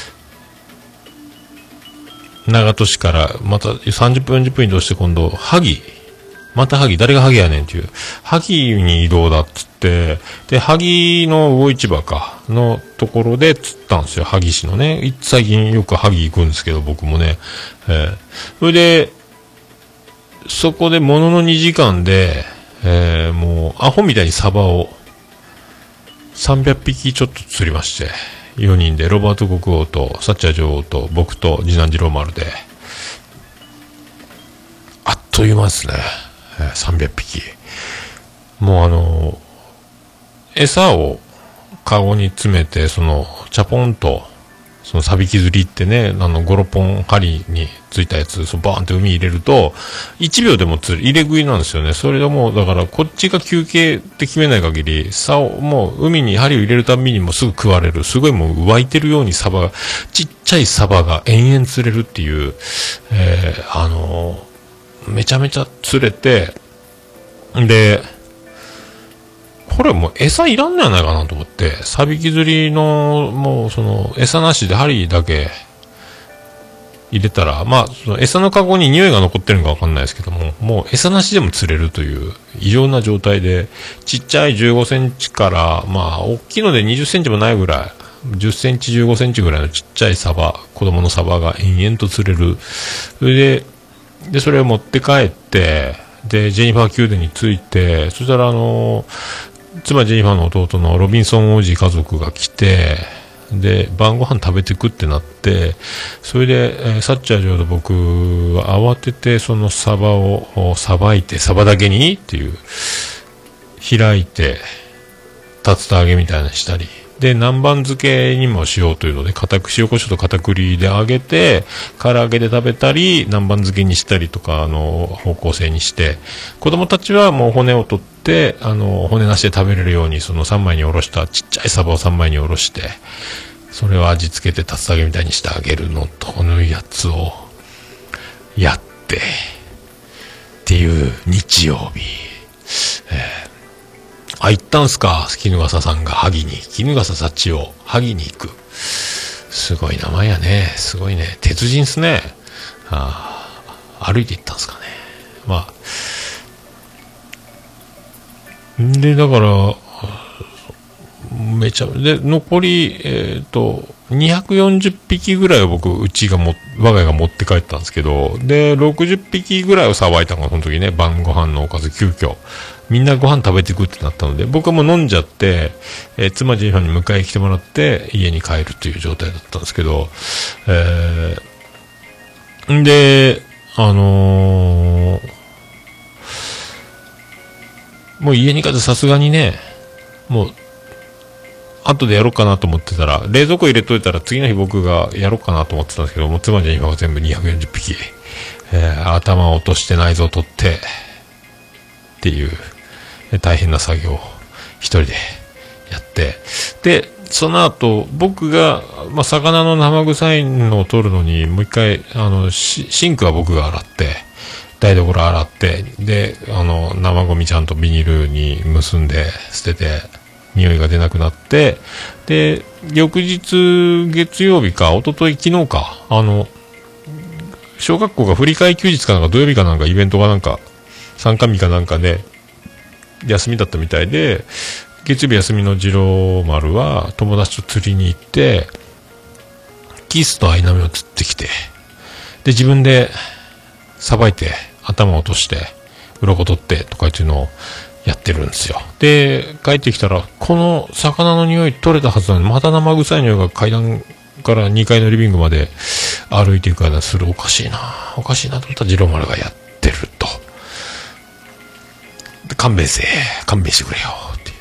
長門市からまたさんじゅっぷんよんじゅっぷん移動して今度萩、また萩、誰が萩やねんっていう萩に移動だっつって、で萩の魚市場かのところで釣ったんですよ、萩市のね。最近よく萩行くんですけど僕もね、えー、それでそこでもののにじかんで、えー、もうアホみたいにサバをさんびゃくぴきちょっと釣りまして、よにんでロバート国王とサッチャー女王と僕と次男次郎丸であっという間ですね、えー、さんびゃくぴき。もうあのー、餌をカゴに詰めてそのチャポンとそのサビキ釣りってね、あのごろっぽん針についたやつそのバーンって海入れるといちびょうでも釣る入れ食いなんですよね。それでもうだからこっちが休憩って決めない限り竿もう海に針を入れるたびにもすぐ食われる、すごいもう湧いてるようにサバがちっちゃいサバが延々釣れるっていう、えー、あのー、めちゃめちゃ釣れて、でこれもう餌いらんのやないかなと思って、サビキ釣りのもうその餌なしで針だけ入れたら、まあその餌のカゴに匂いが残ってるのかわかんないですけども、もう餌なしでも釣れるという異常な状態で、ちっちゃいじゅうごセンチからまあ大きいのでにじゅっセンチもないぐらいじゅっセンチじゅうごセンチぐらいのちっちゃいサバ、子供のサバが延々と釣れる。それででそれを持って帰ってでジェニファー宮殿に着いて、そしたらあの妻ジェニファーの弟のロビンソン王子家族が来て、で晩ご飯食べてくってなって、それで、えー、サッチャー女王と僕は慌ててそのサバをさばいて、サバだけにっていう開いて竜田揚げみたいなしたりで、南蛮漬けにもしようというので片塩コショウと片栗で揚げて唐揚げで食べたり、南蛮漬けにしたりとか、あの方向性にして、子供たちはもう骨を取ってあの骨なしで食べれるようにそのさんまいにおろしたちっちゃいサバをさんまいにおろして、それを味付けて竜田揚げみたいにしてあげるのとこのやつをやってっていう日曜日、えーあ、行ったんすか、衣笠さんが萩に、衣笠幸を萩に行く。すごい名前やね。すごいね。鉄人っすね。あ、歩いて行ったんすかね。まあ。んで、だから、めちゃ、で、残り、えっと、にひゃくよんじゅっぴきぐらいを僕、うちがも、我が家が持って帰ったんですけど、で、ろくじゅっぴきぐらいをさばいたのが、その時ね、晩ご飯のおかず急遽。みんなご飯食べてくってなったので、僕はもう飲んじゃって、えー、妻ジェニファーに迎えに来てもらって家に帰るという状態だったんですけど、えー、んで、あのー、もう家に帰ってさすがにね、もう、後でやろうかなと思ってたら、冷蔵庫入れといたら次の日僕がやろうかなと思ってたんですけど、もう妻ジェニファーが全部にひゃくよんじゅっぴき、えー、頭を落として内臓を取って、っていう、大変な作業を一人でやって、でその後僕が、まあ、魚の生臭いのを取るのにもう一回あのシンクは僕が洗って、台所洗って、であの生ゴミちゃんとビニールに結んで捨てて匂いが出なくなって、で翌日月曜日か一昨日昨日か、あの小学校が振り替え休日かなんか土曜日かなんかイベントがなんか参加日かなんかで休みだったみたいで、月曜日休みの次郎丸は友達と釣りに行ってキスとアイナメを釣ってきて、で自分でさばいて頭を落として鱗取ってとかっていうのをやってるんですよ。で帰ってきたらこの魚の匂い取れたはずなのに、また生臭い匂いが階段からにかいのリビングまで歩いていくからする。おかしいなおかしいなと思ったら次郎丸がやってると、勘弁せ勘弁してくれよっていう、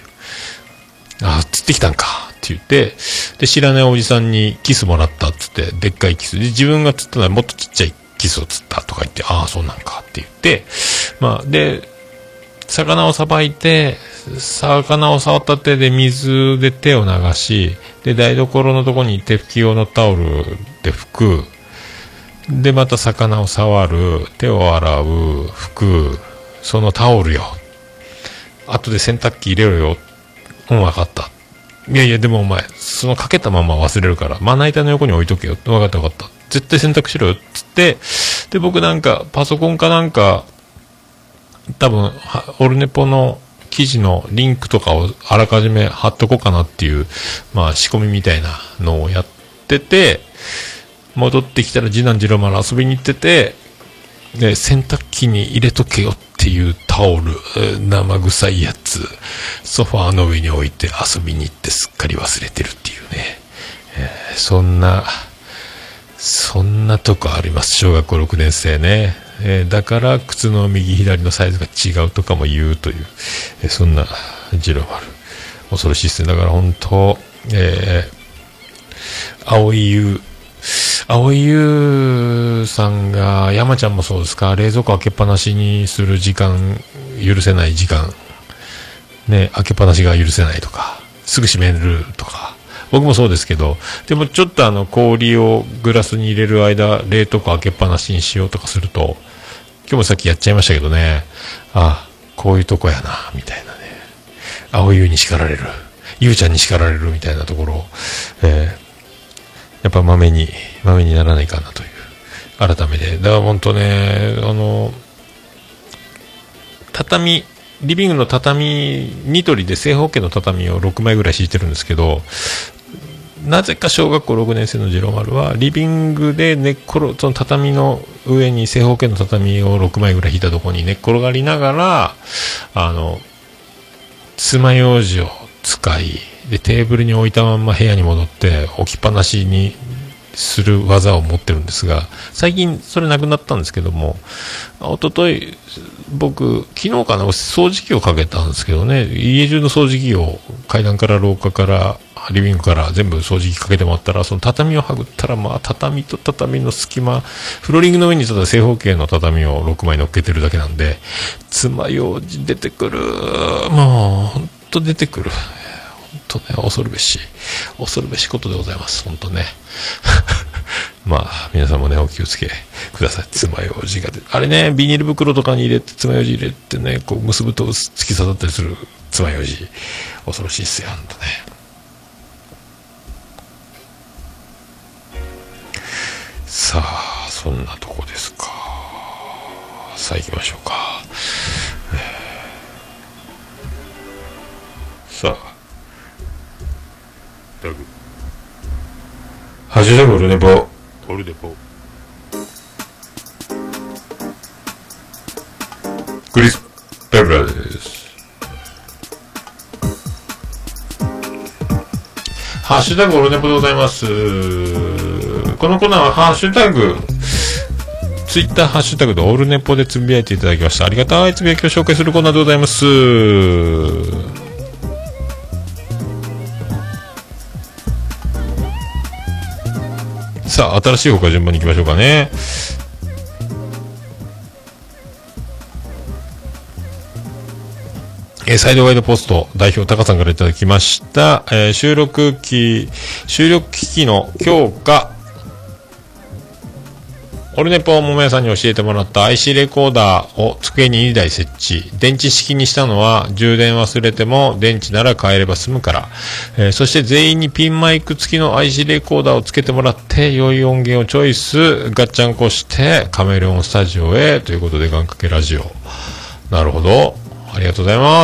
あ釣ってきたんかって言って、で知らないおじさんにキスもらったっつって、でっかいキスで自分が釣ったのはもっとちっちゃいキスを釣ったとか言って、ああそうなんかって言って、まあで魚をさばいて、魚を触った手で水で手を流し、で台所のとこに手拭き用のタオルで拭く、でまた魚を触る、手を洗う、拭く、そのタオルよ、後で洗濯機入れろよ。うん、分かった。いやいや、でもお前、そのかけたまま忘れるから、まな板の横に置いとけよ。分かった分かった。絶対洗濯しろよ。つって、で、僕なんか、パソコンかなんか、多分、オルネポの記事のリンクとかをあらかじめ貼っとこうかなっていう、まあ、仕込みみたいなのをやってて、戻ってきたら次男次郎丸遊びに行ってて、で、洗濯機に入れとけよっていうタオル、生臭いやつ、ソファーの上に置いて遊びに行ってすっかり忘れてるっていうね、えー、そんなそんなとこあります。小学校ろくねん生ね、えー、だから靴の右左のサイズが違うとかも言うという、えー、そんな次郎丸恐ろしいですね。だから本当、えー、青い優青井優さんが、山ちゃんもそうですか、冷蔵庫開けっぱなしにする時間、許せない時間、ね、開けっぱなしが許せないとか、すぐ閉めるとか、僕もそうですけど、でもちょっとあの氷をグラスに入れる間、冷凍庫開けっぱなしにしようとかすると、今日もさっきやっちゃいましたけどね、あ、こういうとこやな、みたいなね、青井優に叱られる、優ちゃんに叱られるみたいなところを、えーやっぱ豆に豆にならないかなという改めて、だから本当ね、あの畳リビングの畳ニトリで正方形の畳をろくまいぐらい敷いてるんですけど、 なぜか小学校ろくねん生の次郎丸はリビングで寝っ転その畳の上に正方形の畳をろくまいぐらい引いたところに寝っ転がりながらあの爪楊枝を使いでテーブルに置いたまま部屋に戻って置きっぱなしにする技を持ってるんですが、最近それなくなったんですけども、一昨日僕昨日かな掃除機をかけたんですけどね、家中の掃除機を階段から廊下からリビングから全部掃除機かけてもらったら、その畳をはぐったら、まあ畳と畳の隙間、フローリングの上にただ正方形の畳をろくまい乗っけてるだけなんで、爪楊枝出てくる、もうほんと出てくる、本当ね、恐るべし恐るべしことでございます、本当ねまあ皆さんもねお気をつけください。爪楊枝があれね、ビニール袋とかに入れて爪楊枝入れてね、こう結ぶと突き刺さったりする爪楊枝、恐ろしいっすよ、本当ね。さあそんなとこですか。さあ行きましょうか。さあハッシュタグオルネポオルネポクリス・ペブラです。ハッシュタグオルネポでございます。このコーナーはハッシュタグツイッターハッシュタグでオルネポでつぶやいていただきました。ありがたいつぶやきを紹介するコーナーでございます。さあ新しい方から順番に行きましょうかね。えー、サイドワイドポスト代表タカさんからいただきました、えー、収録機収録機器の強化、オルネポ桃屋さんに教えてもらった アイシー レコーダーを机ににだい設置。電池式にしたのは充電忘れても電池なら変えれば済むから、えー、そして全員にピンマイク付きの アイシー レコーダーをつけてもらって良い音源をチョイスガッチャンコしてカメレオンスタジオへということで願掛けラジオ。なるほど、ありがとうございます。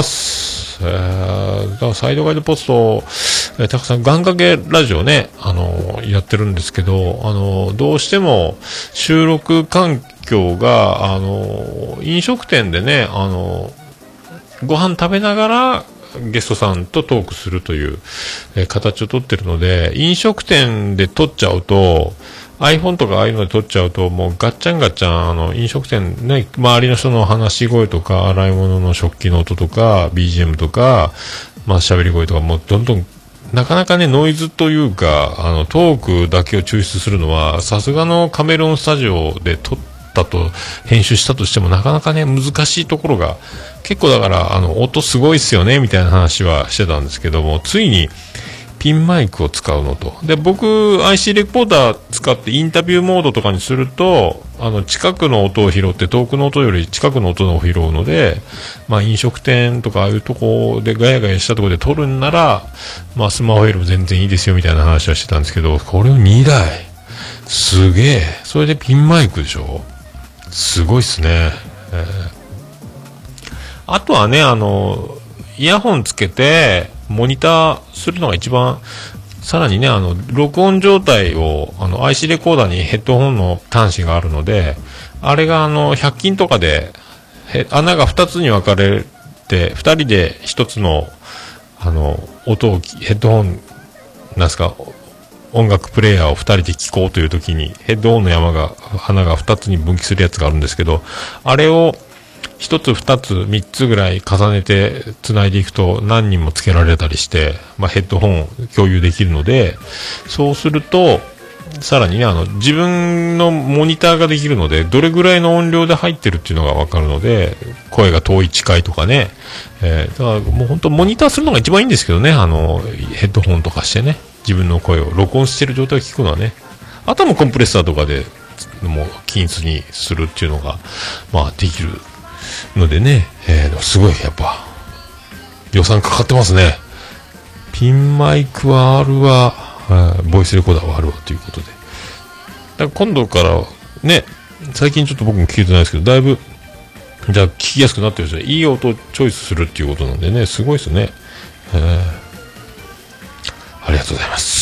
えー、だからサイドガイドポスト、えー、たくさん願掛けラジオね、あのー、やってるんですけど、あのー、どうしても収録環境が、あのー、飲食店でね、あのー、ご飯食べながらゲストさんとトークするという、えー、形をとってるので、飲食店で撮っちゃうとiPhone とかああいうので撮っちゃうともうガッチャンガッチャン、あの飲食店ね、周りの人の話し声とか洗い物の食器の音とか ビージーエム とかまあ喋り声とかもうどんどんなかなかねノイズというかあのトークだけを抽出するのはさすがのカメレオンスタジオで撮ったと編集したとしてもなかなかね難しいところが結構だからあの音すごいっすよねみたいな話はしてたんですけども、ついにピンマイクを使うのと、で僕 アイシー レコーダー使ってインタビューモードとかにするとあの近くの音を拾って遠くの音より近くの音を拾うので、まあ飲食店とかああいうとこでガヤガヤしたところで撮るんならまあスマホよりも全然いいですよみたいな話はしてたんですけど、これをにだいすげえ、それでピンマイクでしょ、すごいっすね。えー、あとはねあのイヤホンつけてモニターするのが一番、さらにねあの録音状態をあの アイシー レコーダーにヘッドホンの端子があるので、あれがあのひゃく均とかで穴がふたつに分かれてふたりでひとつのあの音をヘッドホンなんすか音楽プレイヤーをふたりで聴こうという時にヘッドホンの山が穴がふたつに分岐するやつがあるんですけど、あれをひとつふたつみっつぐらい重ねて繋いでいくと何人もつけられたりして、まあ、ヘッドホン共有できるので、そうするとさらにねあの自分のモニターができるのでどれぐらいの音量で入ってるっていうのが分かるので、声が遠い近いとかね、えー、だからもう本当モニターするのが一番いいんですけどね、あのヘッドホンとかしてね自分の声を録音してる状態を聞くのはね、あとはもうコンプレッサーとかでもう均一にするっていうのがまあできるのでね、えー、すごいやっぱ予算かかってますね。ピンマイクはあるわ、ボイスレコーダーはあるわということで、だから今度からね、最近ちょっと僕も聞いてないですけどだいぶじゃあ聞きやすくなってるんですよ。いい音をチョイスするっていうことなんでね、すごいですね。えー、ありがとうございます。 。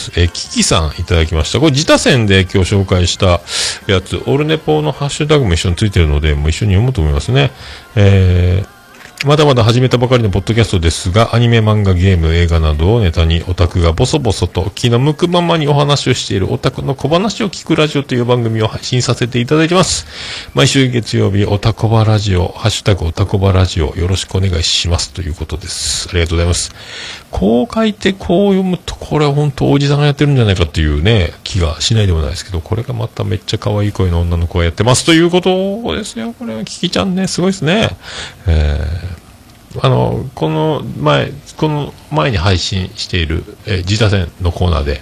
えー、キキさんいただきました。これ自他戦で今日紹介したやつ、オルネポのハッシュタグも一緒についてるので、もう一緒に読もうと思いますね。えーまだまだ始めたばかりのポッドキャストですが、アニメ、漫画、ゲーム、映画などをネタにオタクがボソボソと気の向くままにお話をしているオタクの小話を聞くラジオという番組を配信させていただいています。毎週月曜日、オタコバラジオ、ハッシュタグオタコバラジオよろしくお願いしますということです。ありがとうございます。こう書いてこう読むと、これは本当おじさんがやってるんじゃないかっていうね、気がしないでもないですけど、これがまためっちゃ可愛い声の女の子がやってますということですよ。これはキキちゃんね、すごいですね。えーあのこの前この前に配信している、えー、自他戦のコーナーで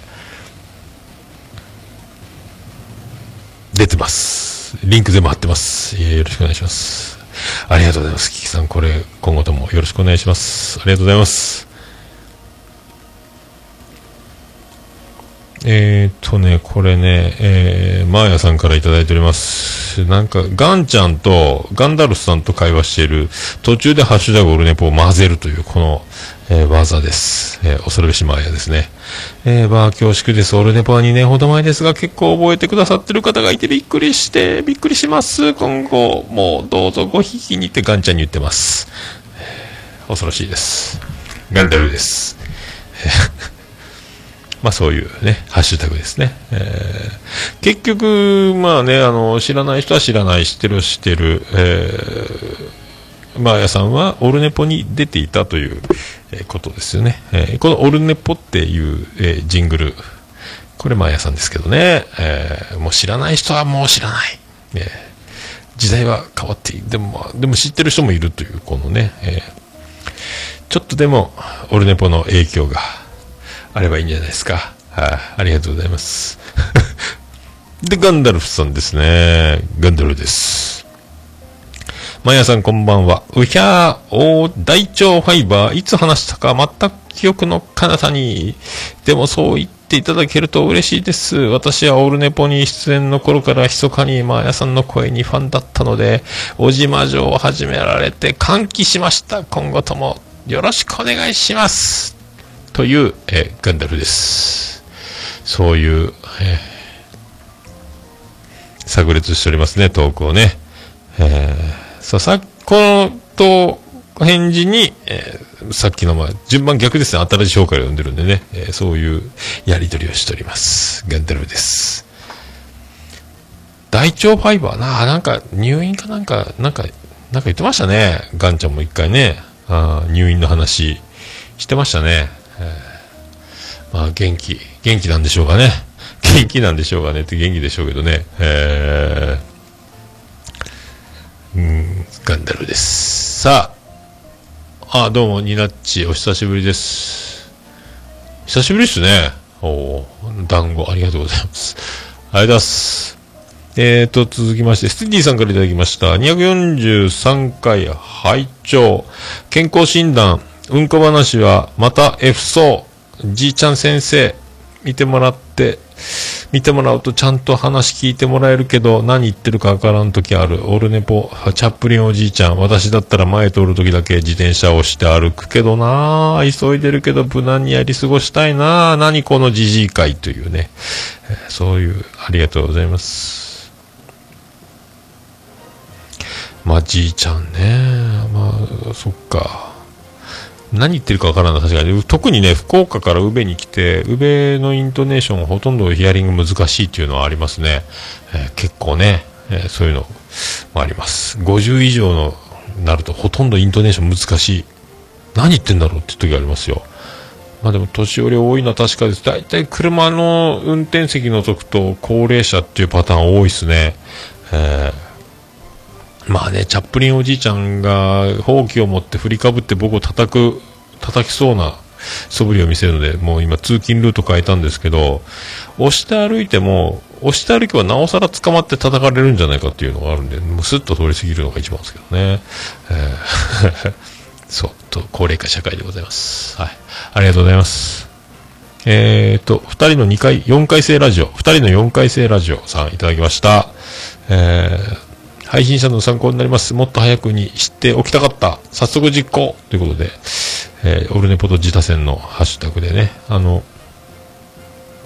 出てます。リンク全部貼ってます。よろしくお願いします。ありがとうございます。キキさん、これ今後ともよろしくお願いします。ありがとうございます。えーっとね、これね、えー、マーヤさんからいただいております。なんか、ガンちゃんと、ガンダルスさんと会話している、途中でハッシュタグオルネポを混ぜるという、この、えー、技です。えー、恐るべしマーヤですね。えー、バー恐縮です。オルネポはにねんほど前ですが、結構覚えてくださってる方がいてびっくりして、びっくりします。今後、もうどうぞごひきにってガンちゃんに言ってます。えー、恐ろしいです。ガンダルです。まあそういうね、ハッシュタグですね。えー、結局、まあね、あの、知らない人は知らない、知ってる知ってる、えー、マーヤさんはオルネポに出ていたという、えー、ことですよね。えー、このオルネポっていう、えー、ジングル、これマーヤさんですけどね、えー、もう知らない人はもう知らない。えー、時代は変わっていい。でも、でも知ってる人もいるという、このね、えー、ちょっとでもオルネポの影響があればいいんじゃないですか。はあ、ありがとうございます。で、ガンダルフさんですね。ガンダルです。マヤさんこんばんは。うひゃー、おー、大腸ファイバー、いつ話したか全く記憶の彼方に。でもそう言っていただけると嬉しいです。私はオルネポに出演の頃から密かにマヤさんの声にファンだったので、おじまじょうを始められて歓喜しました。今後ともよろしくお願いします。という、えー、ガンダルです。そういう、えー、炸裂しておりますね、トークをね。えー、さ、さ、このと返事に、えー、さっきの、まあ、順番逆ですね、新しい紹介を読んでるんでね、えー、そういうやり取りをしております。ガンダルです。大腸ファイバーな、なんか入院かなんか、なんか、なんか言ってましたね。ガンちゃんも一回ね、あ入院の話してましたね。えー、まあ元気元気なんでしょうかね。元気なんでしょうかねって元気でしょうけどね。えー、うん、ガンダルです。さあ、あ、どうもニナッチお久しぶりです。久しぶりですね。おお、団子ありがとうございます。ありがとうございます。えーと続きましてスティディさんからいただきました。にひゃくよんじゅうさんかい拝聴健康診断うんこ話はまた F そうじいちゃん先生見てもらって見てもらうとちゃんと話聞いてもらえるけど何言ってるかわからん時ある。オルネポチャップリンおじいちゃん、私だったら前通る時だけ自転車を押して歩くけどなぁ、急いでるけど無難にやり過ごしたいなぁ、何このじじい会というね、えー、そういうありがとうございます。まあじいちゃんね、まあそっか、何言ってるかわからない。確かに特にね福岡から宇部に来て宇部のイントネーションほとんどヒアリング難しいっていうのはありますね、えー、結構ね、えー、そういうのもあります。ごじゅう以上のなるとほとんどイントネーション難しい、何言ってんだろうって時ありますよ。まあでも年寄り多いのは確かです。だいたい車の運転席のとくと高齢者っていうパターン多いですね、えーまあね、チャップリンおじいちゃんがほうきを持って振りかぶって僕を叩く叩きそうな素振りを見せるので、もう今通勤ルート変えたんですけど、押して歩いても押して歩けばなおさら捕まって叩かれるんじゃないかっていうのがあるんで、もうスッと通り過ぎるのが一番ですけどね、えー、そうと高齢化社会でございます。はい、ありがとうございます。えーとふたりのにかいよんかい生ラジオふたりのよんかい生ラジオさんいただきました。えー配信者の参考になります。もっと早くに知っておきたかった。早速実行ということで、えー、オルネポと自他戦のハッシュタグでね、あの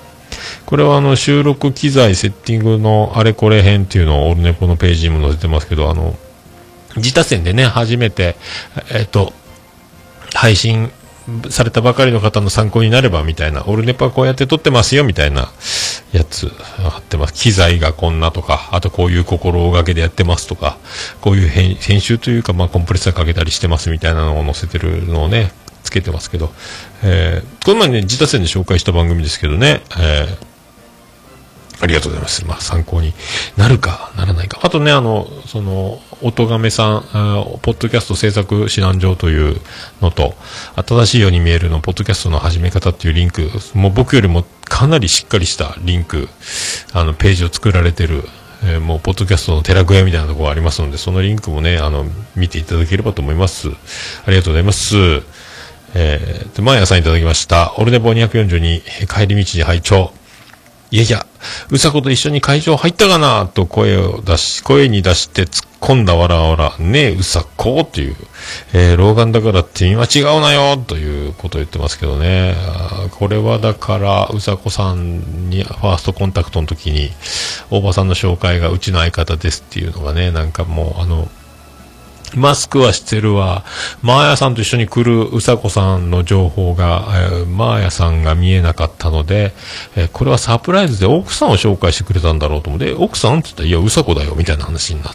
これはあの収録機材セッティングのあれこれ編っていうのをオルネポのページにも載せてますけど、あの自他戦でね初めてえっと配信されたばかりの方の参考になればみたいな、オルネポはこうやって撮ってますよみたいなやつ貼ってます。機材がこんなとか、あとこういう心がけでやってますとか、こういう編編集というか、まあコンプレッサーかけたりしてますみたいなのを載せてるのをねつけてますけど、えー、この前ね自他戦で紹介した番組ですけどね、えーありがとうございます。まあ、参考になるかならないか。あとね、あの、その、音亀さん、ポッドキャスト制作指南状というのと、新しいように見えるの、ポッドキャストの始め方っていうリンク、もう僕よりもかなりしっかりしたリンク、あの、ページを作られてる、えー、もう、ポッドキャストの寺子屋みたいなところがありますので、そのリンクもね、あの、見ていただければと思います。ありがとうございます。えー、で、毎朝いただきました。オルネポにひゃくよんじゅうに、帰り道に拝聴。いやいや、うさこと一緒に会場入ったかなと声を出し、声に出して突っ込んだわらわら、ねえ、うさこという、えー、老眼だからって見間違うなよということを言ってますけどね。あ、これはだから、うさこさんにファーストコンタクトの時に、大場さんの紹介がうちの相方ですっていうのがね、なんかもうあの、マスクはしてるわ。マーヤさんと一緒に来るうさこさんの情報が、えー、マーヤさんが見えなかったので、えー、これはサプライズで奥さんを紹介してくれたんだろうと思って、奥さんって言ったら、いや、うさこだよ、みたいな話になって、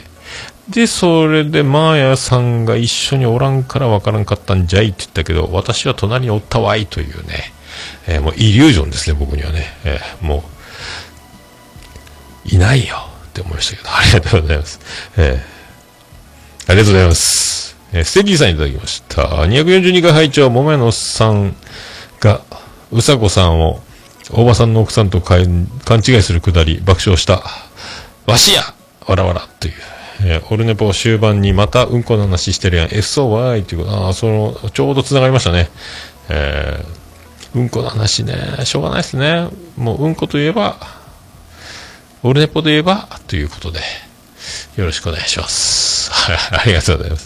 で、それでマーヤさんが一緒におらんからわからんかったんじゃいって言ったけど、私は隣におったわいというね、えー、もうイリュージョンですね、僕にはね。えー、もう、いないよって思いましたけど、ありがとうございます。えーありがとうございますす。えー、ステディさんいただきました。にひゃくよんじゅうにかい拝聴、桃屋のさんが、うさこさんを、大場さんの奥さんと勘違いするくだり、爆笑した。わしやわらわらという。えー、オルネポ終盤にまたうんこの話してるやん。エスオーワイ ということ。ああ、その、ちょうど繋がりましたね。えー、うんこの話ね、しょうがないですね。もううんこといえば、オルネポといえば、ということで。よろしくお願いします。ありがとうございます。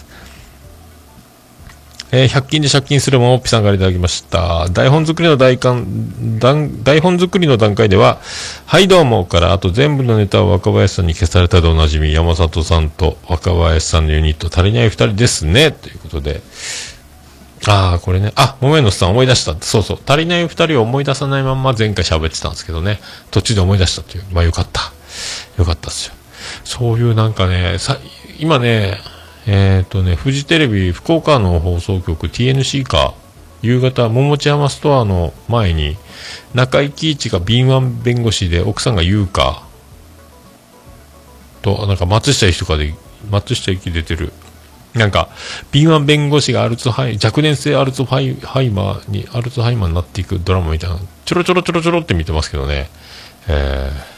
えー、ひゃく均で借金するももっぴさんからいただきました。台本作りの大観台本作りの段階では、はいどうもから、あと全部のネタを若林さんに消されたでおなじみ、山里さんと若林さんのユニット、足りない二人ですね。ということで。ああ、これね。あ、もめのさん思い出した。そうそう。足りない二人を思い出さないまんま前回喋ってたんですけどね。途中で思い出したという。まあよかった。よかったですよ。そういうなんかね、さ今ね、えっとね、フジテレビ福岡の放送局 ティーエヌシー か、夕方、桃地山ストアの前に、中井貴一が敏腕弁護士で、奥さんが優香と、なんか松下由紀とかで、松下由紀出てる、なんか、敏腕弁護士がアルツハイ、若年性アルツハイハイマーに、アルツハイマーになっていくドラマみたいな、ちょろちょろちょろちょろって見てますけどね、えー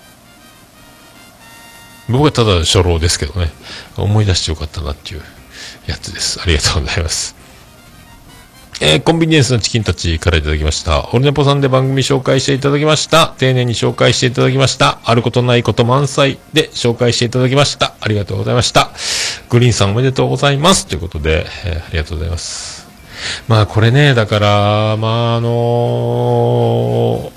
僕はただ初老ですけどね、思い出してよかったなっていうやつです。ありがとうございます。えー、コンビニエンスのチキンたちからいただきました。オルネポさんで番組紹介していただきました。丁寧に紹介していただきました。あることないこと満載で紹介していただきました。ありがとうございました。グリーンさんおめでとうございます。ということで、えー、ありがとうございます。まあこれね、だから、まああの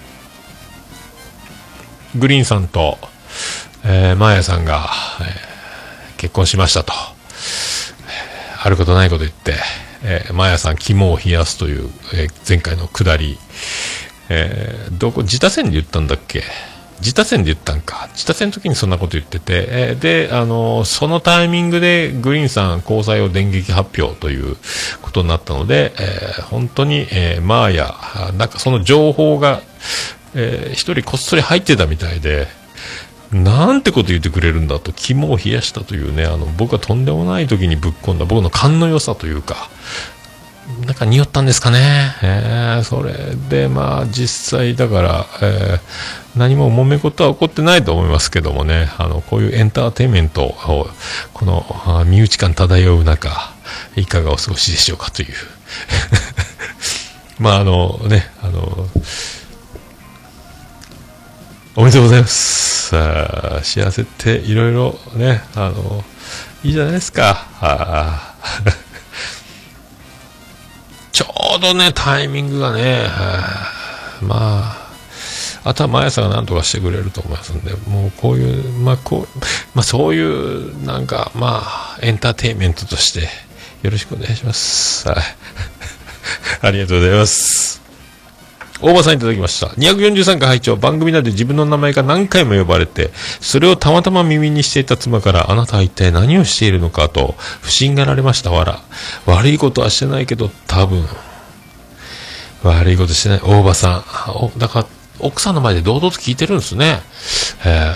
ー、グリーンさんと、えー、マーヤさんが、えー、結婚しましたと、えー、あることないこと言って、えー、マーヤさん肝を冷やすという、えー、前回の下り、えー、どこ自他戦で言ったんだっけ、自他戦で言ったんか、自他戦の時にそんなこと言ってて、えー、で、あのー、そのタイミングでグリーンさん交際を電撃発表ということになったので、えー、本当に、えー、マーヤなんかその情報が、えー、一人こっそり入ってたみたいで、なんてこと言ってくれるんだと肝を冷やしたというね、あの僕はとんでもない時にぶっ込んだ僕の勘の良さというか、なんか匂ったんですかね、えー、それでまあ実際だから、えー、何も揉め事は起こってないと思いますけどもね、あのこういうエンターテインメントをこの身内感漂う中いかがお過ごしでしょうかというまああのねあのおめでとうございます。さあ幸せっていろいろね、あのいいじゃないですか。あちょうどねタイミングがね、まああとは毎朝が何とかしてくれると思いますんで、もうこういう、まあこう、まあそういう、なんか、まあ、エンターテインメントとして、よろしくお願いします。はい。ありがとうございます。大場さんいただきました。にひゃくよんじゅうさんかい拝聴。番組内で自分の名前が何回も呼ばれて、それをたまたま耳にしていた妻から、あなたは一体何をしているのかと、不審がられました。わら。悪いことはしてないけど、多分。悪いことしてない。大場さん。おだから、奥さんの前で堂々と聞いてるんですね。え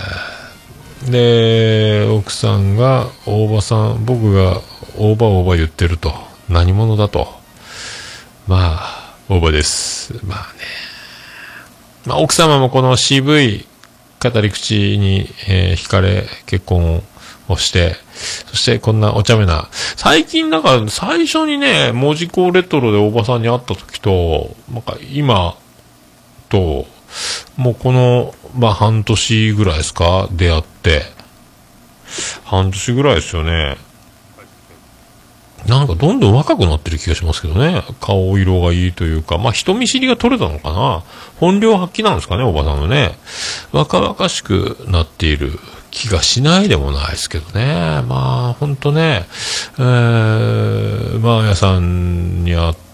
ー、で、奥さんが、大場さん、僕が、大場大場言ってると。何者だと。まあ、大場です。まあね。まあ、奥様もこの渋い語り口に、えー、惹かれ、結婚をして、そしてこんなお茶目な、最近なんか最初にね、文字工レトロで大場さんに会った時と、なんか今と、もうこの、まあ半年ぐらいですか、出会って。半年ぐらいですよね。なんかどんどん若くなってる気がしますけどね。顔色がいいというか、まあ人見知りが取れたのかな。本領発揮なんですかね、おばさんのね。若々しくなっている気がしないでもないですけどね。まあほんとね、えー、まあやさんに会って、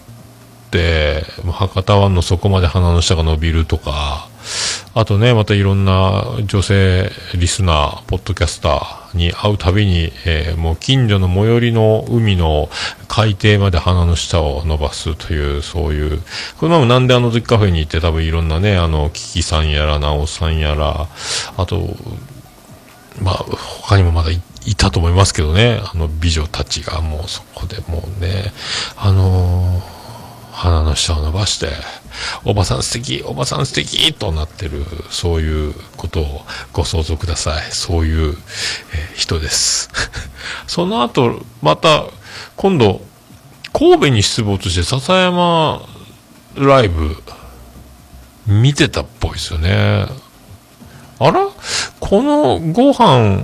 博多湾の底まで鼻の下が伸びるとか、あとね、またいろんな女性リスナー、ポッドキャスターに会うたびに、えー、もう近所の最寄りの海の海底まで鼻の下を伸ばすという、そういう、これもなんであの時カフェに行って多分いろんなね、あの、キキさんやら、ナオさんやら、あと、まあ、他にもまだ い, いたと思いますけどね、あの美女たちがもうそこでもうね、あのー、鼻の下を伸ばして、おばさん素敵、おばさん素敵となってる、そういうことをご想像ください。そういう、えー、人です。その後、また、今度、神戸に出没して笹山ライブ見てたっぽいですよね。あら？このご飯、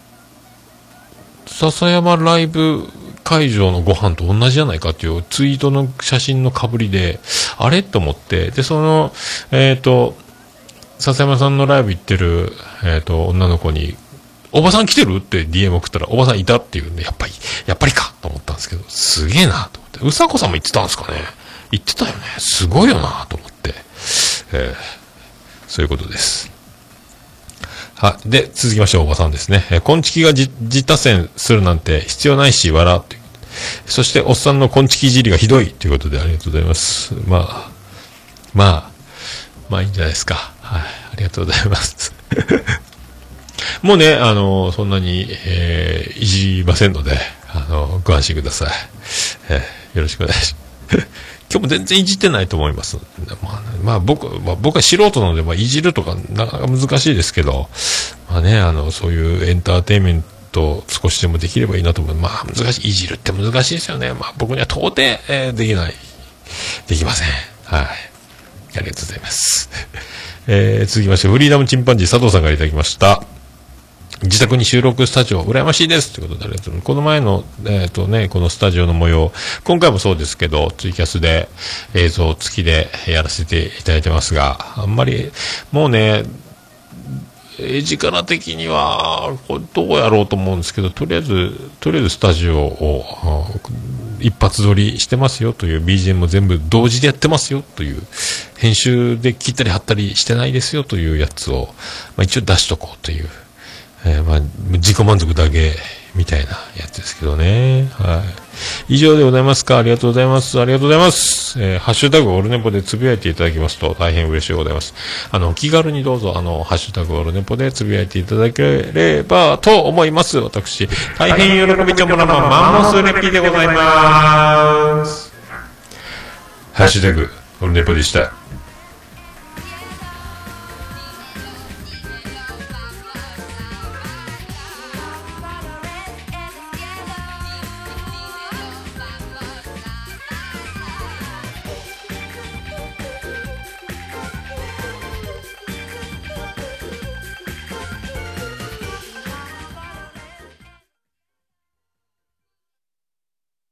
笹山ライブ会場のご飯と同じじゃないかっていうツイートの写真の被りで、あれと思って、で、その、えっと、笹山さんのライブ行ってる、えっと、女の子に、おばさん来てるって ディーエム 送ったら、おばさんいたっていうんで、やっぱり、やっぱりかと思ったんですけど、すげえなと思って。うさこさんも言ってたんですかね。言ってたよね。すごいよなと思って。えー、そういうことです。は、で、続きまして、おばさんですね。えー、こんちきがじ、自他戦するなんて必要ないし、笑う。そして、おっさんのこんちきいじりがひどいということで、ありがとうございます。まあ、まあ、まあいいんじゃないですか。はい、ありがとうございます。もうね、あの、そんなに、えー、いじりませんので、あの、ご安心ください。えー、よろしくお願いします。今日も全然いじってないと思います。まあ、まあ、僕、まあ、僕は素人なので、まあ、いじるとか、なかなか難しいですけど、まあね、あの、そういうエンターテインメント、少しでもできればいいなと思う。まあ、難しい。いじるって難しいですよね。まあ、僕には到底、えー、できない。できません。はい。ありがとうございます。えー、続きまして、フリーダムチンパンジー佐藤さんからいただきました。自宅に収録スタジオ、羨ましいです。ということでありがとうございます。この前の、えっとね、このスタジオの模様、今回もそうですけど、ツイキャスで映像付きでやらせていただいてますが、あんまり、もうね、絵力的には、これどうやろうと思うんですけど、とりあえず、とりあえずスタジオを、一発撮りしてますよという ビージーエム も全部同時でやってますよという、編集で切ったり貼ったりしてないですよというやつを、まあ、一応出しとこうという、えー、まあ、自己満足だけみたいなやつですけどね。はい。以上でございますか。ありがとうございます。ありがとうございます。えー、ハッシュタグオルネポでつぶやいていただきますと大変嬉しいございます。あの、気軽にどうぞ、あの、ハッシュタグオルネポでつぶやいていただければと思います。私、大変喜びちょもらまマンモスレピでございます。ハッシュタグオルネポでした。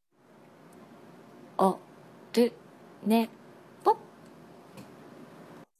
おるねぽ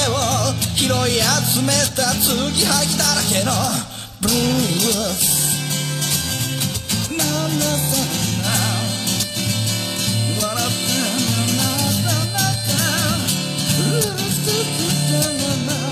を拾い集めた継ぎはぎだらけのブルースななさな笑ってななななルースってななな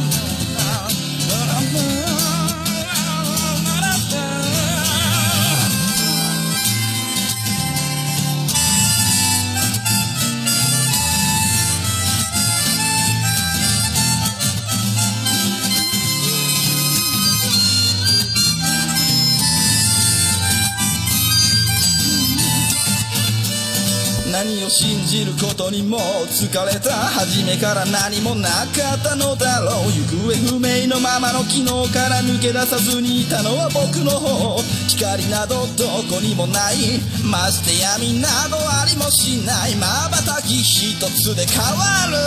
何を信じることにも疲れた初めから何もなかったのだろう行方不明のままの昨日から抜け出さずにいたのは僕の方光などどこにもないまして闇などありもしない瞬き一つで変わる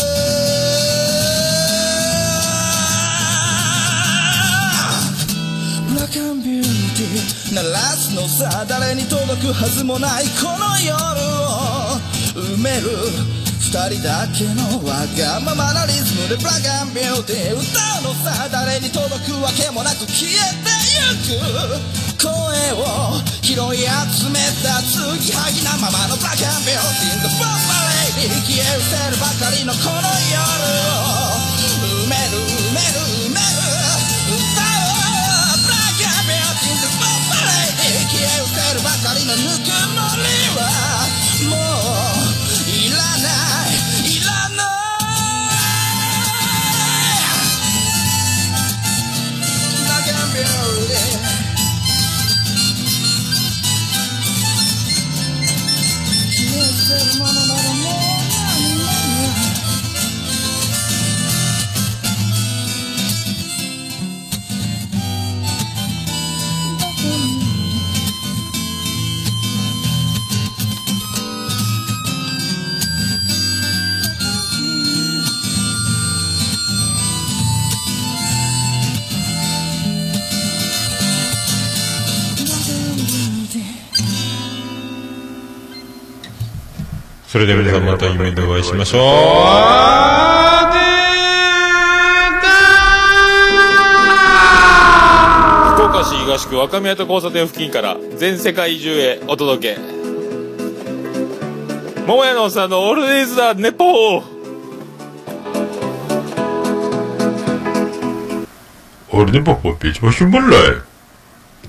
ブラックアンビューティー鳴らすのさ誰に届くはずもないこの夜を埋める二人だけのわがままなリズムでブラックアンビューティー歌うのさ誰に届くわけもなく消えてゆく声を拾い集めた継ぎはぎなままのブラックアンビューティー The Bomb Lady 消え失せるばかりのこの夜を埋める埋める埋める消え失せるばかりのぬくもりはもういらないいらないだけビューティー消え失せるものならもう何もないそれでは皆さんまた夢でお会いしましょう。 福岡市東区若宮と交差点付近から全世界中へお届け桃屋のおっさんのオールディーズだネポーオールディーズだネポービーチマシュマンライ